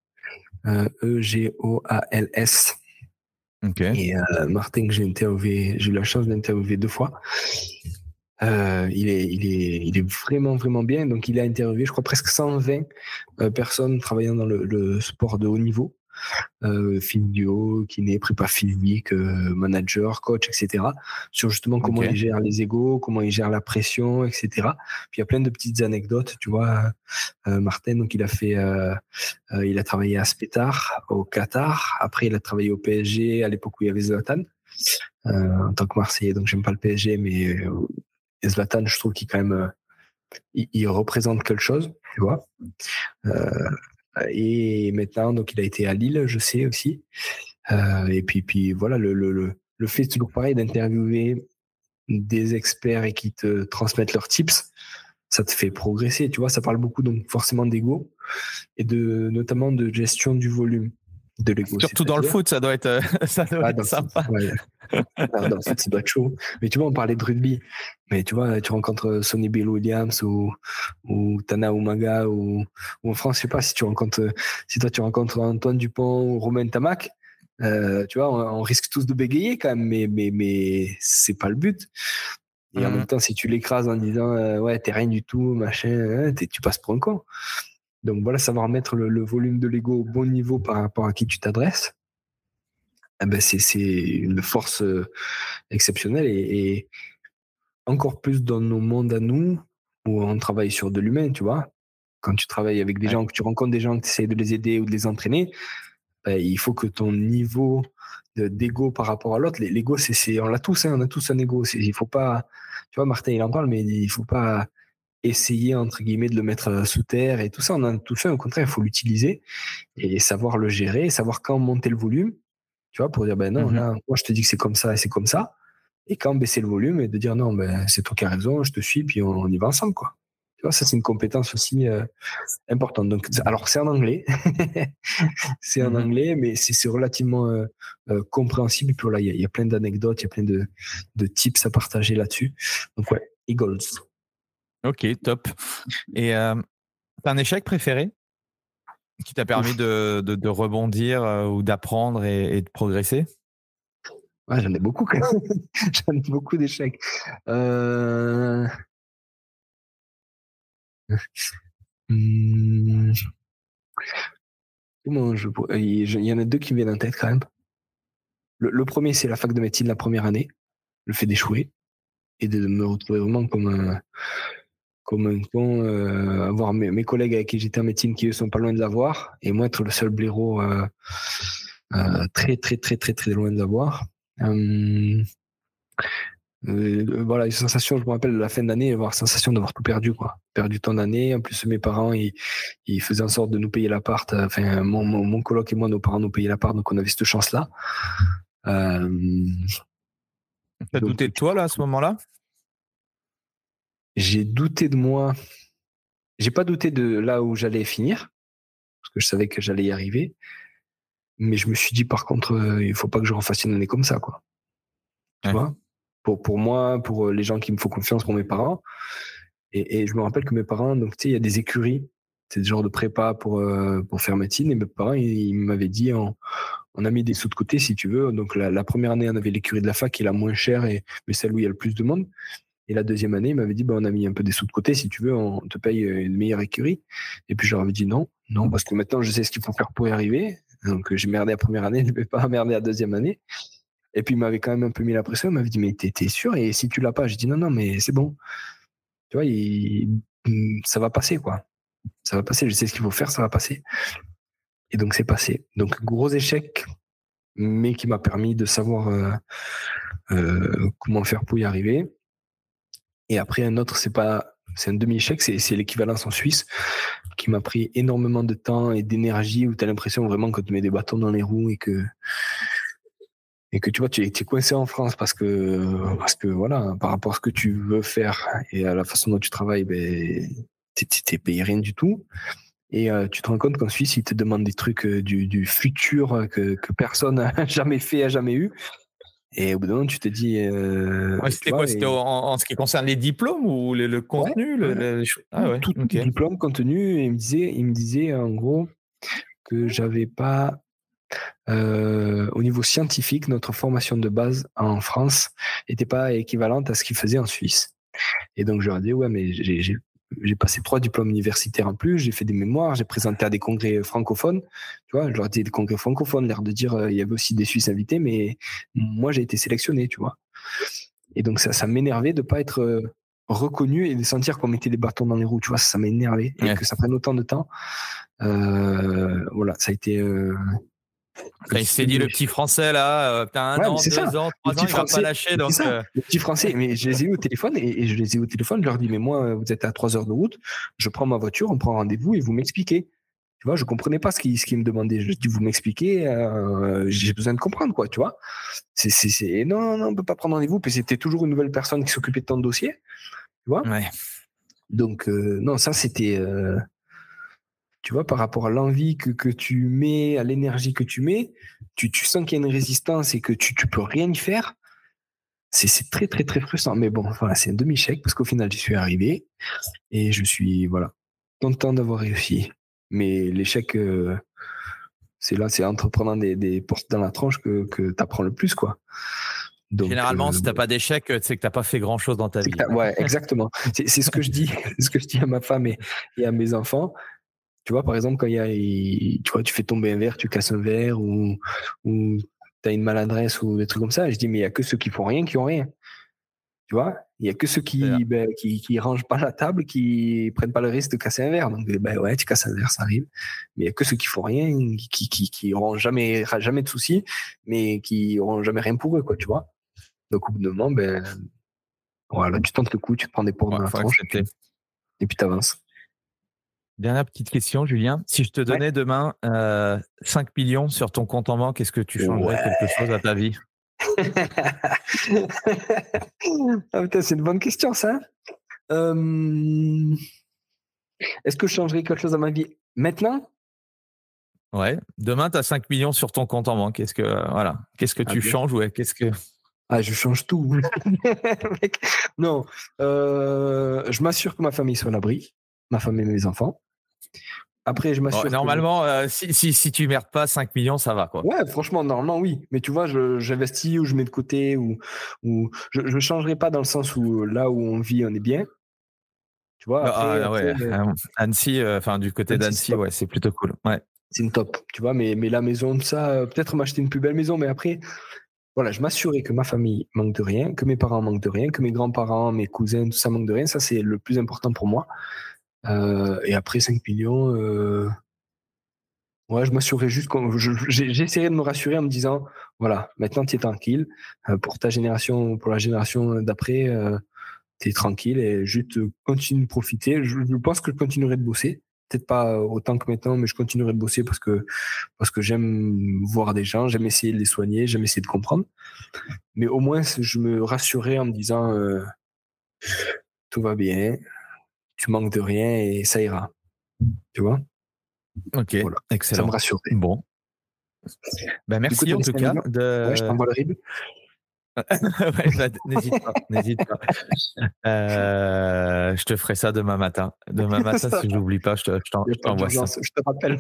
EGOALS. Okay. Et Martin, que j'ai eu la chance d'interviewer 2 fois. Il est vraiment bien. Donc, il a interviewé, je crois, presque 120 personnes travaillant dans le sport de haut niveau. Physio, kiné, prépa physique, manager, coach, etc. Sur justement comment ils gèrent les égos, comment ils gèrent la pression, etc. Puis il y a plein de petites anecdotes, tu vois. Martin, donc il a travaillé à Spétar, au Qatar. Après, il a travaillé au PSG à l'époque où il y avait Zlatan. En tant que Marseillais, donc j'aime pas le PSG, mais Zlatan, je trouve qu'il quand même, il représente quelque chose, tu vois. Et maintenant, donc il a été à Lille, je sais aussi. Et puis voilà, le fait, c'est toujours pareil, d'interviewer des experts et qui te transmettent leurs tips, ça te fait progresser, tu vois. Ça parle beaucoup donc forcément d'ego et notamment de gestion du volume de l'ego. Surtout dans le foot, ça doit être sympa. Ouais. Dans le foot, ça doit être chaud. Mais tu vois, on parlait de rugby. Mais tu vois, tu rencontres Sonny Bill Williams ou Tana Umaga ou en France, je sais pas, si toi tu rencontres Antoine Dupont ou Romain Tamac, tu vois, on risque tous de bégayer quand même, mais c'est pas le but. Et en même temps, si tu l'écrases en disant ouais, t'es rien du tout, machin, tu passes pour un con. Donc voilà, savoir mettre le volume de l'ego au bon niveau par rapport à qui tu t'adresses, c'est une force exceptionnelle et encore plus dans nos mondes à nous où on travaille sur de l'humain, tu vois. Quand tu travailles avec des gens, que tu rencontres des gens, que tu essaies de les aider ou de les entraîner, il faut que ton niveau d'ego par rapport à l'autre, l'ego, on l'a tous, on a tous un ego. Il faut pas, tu vois, Martin il en parle, mais il faut pas essayer entre guillemets de le mettre sous terre et tout ça. On en a tous un, au contraire, il faut l'utiliser et savoir le gérer, savoir quand monter le volume. Tu vois, pour dire, non, là, moi, je te dis que c'est comme ça et c'est comme ça. Et quand baisser le volume et de dire, non, c'est toi qui as raison, je te suis, puis on y va ensemble, quoi. Tu vois, ça, c'est une compétence aussi importante. Donc, alors, c'est en anglais. C'est en anglais, mais c'est relativement compréhensible. Puis voilà, il y a plein d'anecdotes, il y a plein de tips à partager là-dessus. Donc, ouais, Eagles. Ok, top. Et t'as un échec préféré qui t'a permis de rebondir ou d'apprendre et de progresser? Ouais, j'en ai beaucoup quand même. J'en ai beaucoup d'échecs. Il y en a 2 qui me viennent en tête quand même. Le premier, c'est la fac de médecine, la première année. Le fait d'échouer et de me retrouver vraiment comme un con, avoir mes collègues avec qui j'étais en médecine qui eux sont pas loin de l'avoir et moi être le seul blaireau très loin de l'avoir. Voilà, une sensation, je me rappelle la fin d'année, avoir la sensation d'avoir tout perdu, quoi. Perdu ton année. En plus, mes parents, ils faisaient en sorte de nous payer l'appart. Enfin, mon coloc et moi, nos parents nous payaient l'appart, donc on avait cette chance-là. T'as douté de toi, là, à ce moment-là? J'ai douté de moi. J'ai pas douté de là où j'allais finir, parce que je savais que j'allais y arriver. Mais je me suis dit, par contre, il faut pas que je refasse une année comme ça, quoi. Tu vois? Pour moi, pour les gens qui me font confiance, pour mes parents. Et je me rappelle que mes parents, donc tu sais, il y a des écuries, c'est des genres de prépa pour faire médecine. Et mes parents, ils m'avaient dit, on a mis des sous de côté si tu veux. Donc la première année, on avait l'écurie de la fac qui est la moins chère, mais celle où il y a le plus de monde. Et la deuxième année, il m'avait dit, on a mis un peu des sous de côté si tu veux, on te paye une meilleure écurie. Et puis je leur avais dit non, parce que maintenant je sais ce qu'il faut faire pour y arriver. Donc j'ai merdé la première année, je ne vais pas merder la deuxième année. Et puis il m'avait quand même un peu mis la pression, il m'avait dit mais t'es sûr? Et si tu l'as pas, j'ai dit non, mais c'est bon. Tu vois, ça va passer, quoi. Ça va passer, je sais ce qu'il faut faire, ça va passer. Et donc c'est passé. Donc gros échec, mais qui m'a permis de savoir comment faire pour y arriver. Et après un autre, c'est un demi-échec, c'est l'équivalence en Suisse, qui m'a pris énormément de temps et d'énergie, où tu as l'impression vraiment que tu mets des bâtons dans les roues et que tu vois, tu es coincé en France parce que voilà, par rapport à ce que tu veux faire et à la façon dont tu travailles, t'es payé rien du tout. Et tu te rends compte qu'en Suisse, ils te demandent des trucs du futur que personne n'a jamais fait, a jamais eu. Et au bout d'un moment, tu te dis. C'était quoi? C'était en ce qui concerne les diplômes ou le contenu? Tout diplôme, contenu. Et il me disait en gros que j'avais pas. Au niveau scientifique, notre formation de base en France n'était pas équivalente à ce qu'ils faisaient en Suisse. Et donc, je leur ai dit, ouais, mais j'ai passé 3 diplômes universitaires en plus, j'ai fait des mémoires, j'ai présenté à des congrès francophones. Tu vois, je leur ai dit des congrès francophones, l'air de dire, il y avait aussi des Suisses invités, mais moi, j'ai été sélectionné, tu vois. Et donc, ça m'énervait de ne pas être reconnu et de sentir qu'on mettait des bâtons dans les roues, tu vois, ça m'énervait. Et que ça prenne autant de temps. Voilà, ça a été. Il s'est dit le petit français là, t'as un an, 2 ans, 3 ans, il va pas lâcher. Donc, le petit français, mais je les ai eu au téléphone et je les ai eu au téléphone, je leur dis mais moi vous êtes à 3 heures de route, je prends ma voiture, on prend rendez-vous et vous m'expliquez. Tu vois, je comprenais pas ce qu'ils me demandaient. Je dis vous m'expliquez, j'ai besoin de comprendre quoi, tu vois. Non, on peut pas prendre rendez-vous, puis c'était toujours une nouvelle personne qui s'occupait de ton dossier, tu vois. Ouais. Donc non, ça c'était tu vois, par rapport à l'envie que tu mets, à l'énergie que tu mets, tu sens qu'il y a une résistance et que tu peux rien y faire. C'est très, très, très frustrant. Mais bon, voilà, c'est un demi-échec parce qu'au final, j'y suis arrivé et je suis, voilà, content d'avoir réussi. Mais l'échec, c'est en te prenant des portes dans la tronche que tu apprends le plus, quoi. Donc, généralement, si tu n'as pas d'échec, c'est que tu n'as pas fait grand-chose dans ta vie. Ouais, exactement. C'est ce que je dis, ce que je dis à ma femme et à mes enfants. Tu vois, par exemple, quand tu fais tomber un verre, tu casses un verre ou tu as une maladresse ou des trucs comme ça, je dis, mais il n'y a que ceux qui font rien qui ont rien. Tu vois, il n'y a que ceux qui rangent pas la table, qui prennent pas le risque de casser un verre. Donc, ouais, tu casses un verre, ça arrive. Mais il n'y a que ceux qui font rien, qui auront jamais de soucis, mais qui auront jamais rien pour eux, quoi, tu vois. Donc, au bout d'un moment, voilà, tu tentes le coup, tu te prends des portes dans la tronche et puis tu avances. Dernière petite question, Julien. Si je te donnais demain 5 millions sur ton compte en banque, est-ce que tu changerais quelque chose à ta vie? Ah putain, c'est une bonne question, ça. Est-ce que je changerais quelque chose à ma vie maintenant? Ouais. Demain, tu as 5 millions sur ton compte en banque. Qu'est-ce que tu changes? Je change tout. Non. Je m'assure que ma famille soit à l'abri, ma femme et mes enfants. Après, je m'assure. Normalement, si tu merdes pas 5 millions, ça va, quoi. Ouais, franchement, normalement, oui. Mais tu vois, j'investis ou je mets de côté ou je ne changerai pas dans le sens où là où on vit, on est bien. Tu vois, après, Annecy, du côté d'Annecy, ouais, c'est plutôt cool. Ouais. C'est une top. Tu vois, mais la maison, tout ça, peut-être m'acheter une plus belle maison, mais après, voilà, je m'assurais que ma famille manque de rien, que mes parents manquent de rien, que mes grands-parents, mes cousins, tout ça manque de rien. Ça, c'est le plus important pour moi. Et après 5 millions, ouais, je m'assurais juste j'essaierais de me rassurer en me disant, voilà, maintenant tu es tranquille. Pour ta génération, pour la génération d'après, tu es tranquille et juste continue de profiter. Je pense que je continuerai de bosser. Peut-être pas autant que maintenant, mais je continuerai de bosser parce que j'aime voir des gens, j'aime essayer de les soigner, j'aime essayer de comprendre. Mais au moins, je me rassurais en me disant, tout va bien, tu manques de rien et ça ira. Tu vois? Ok, voilà. Excellent. Ça me rassurait. Bon. Merci en tout cas. Ouais, je t'envoie le RIB. Ouais, n'hésite pas. Je te ferai ça demain matin. Demain matin, si j'oublie pas, je t'envoie ça. Je te rappelle.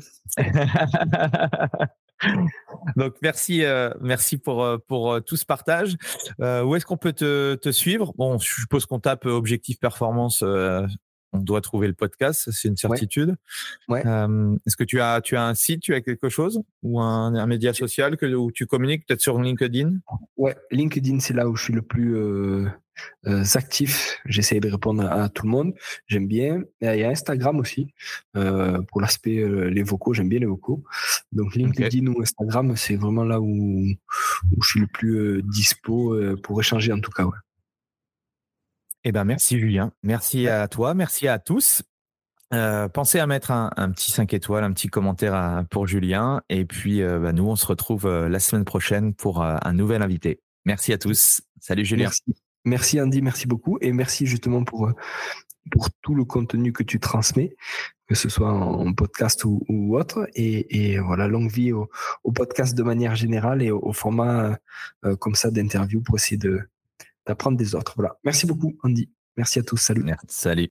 Donc merci pour tout ce partage. Où est-ce qu'on peut te suivre? Bon, je suppose qu'on tape Objectif Performance. On doit trouver le podcast, c'est une certitude. Ouais. Est-ce que tu as un site, tu as quelque chose ou un média social où tu communiques, peut-être sur LinkedIn? Ouais, LinkedIn, c'est là où je suis le plus actif. J'essaie de répondre à tout le monde. J'aime bien. Il y a Instagram aussi pour l'aspect les vocaux. J'aime bien les vocaux. Donc LinkedIn ou Instagram, c'est vraiment là où je suis le plus dispo pour échanger en tout cas. Ouais. Eh ben merci Julien, merci à toi, merci à tous. Pensez à mettre un petit 5 étoiles, un petit commentaire pour Julien. Et puis nous, on se retrouve la semaine prochaine pour un nouvel invité. Merci à tous. Salut Julien. Merci Andy, merci beaucoup. Et merci justement pour tout le contenu que tu transmets, que ce soit en podcast ou autre. Et voilà, longue vie au podcast de manière générale et au format comme ça d'interview pour essayer d'apprendre des autres. Voilà. Merci beaucoup, Andy. Merci à tous. Salut. Merci, salut.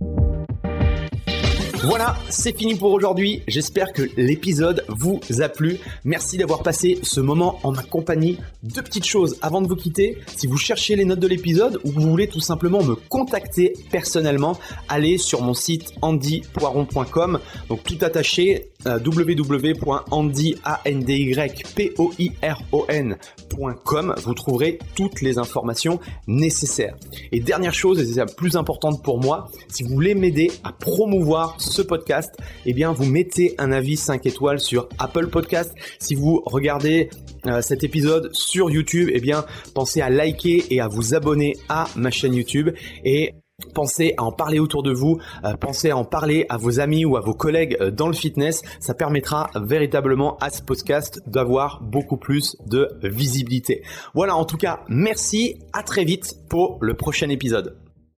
Voilà, c'est fini pour aujourd'hui. J'espère que l'épisode vous a plu. Merci d'avoir passé ce moment en ma compagnie. 2 petites choses avant de vous quitter. Si vous cherchez les notes de l'épisode ou que vous voulez tout simplement me contacter personnellement, allez sur mon site andypoiron.com. Donc tout attaché, www.andypoiron.com. Vous trouverez toutes les informations nécessaires. Et dernière chose, et c'est la plus importante pour moi, si vous voulez m'aider à promouvoir ce podcast, eh bien vous mettez un avis 5 étoiles sur Apple Podcast. Si vous regardez cet épisode sur YouTube, eh bien pensez à liker et à vous abonner à ma chaîne YouTube et pensez à en parler autour de vous, pensez à en parler à vos amis ou à vos collègues dans le fitness. Ça permettra véritablement à ce podcast d'avoir beaucoup plus de visibilité. Voilà, en tout cas, merci, à très vite pour le prochain épisode.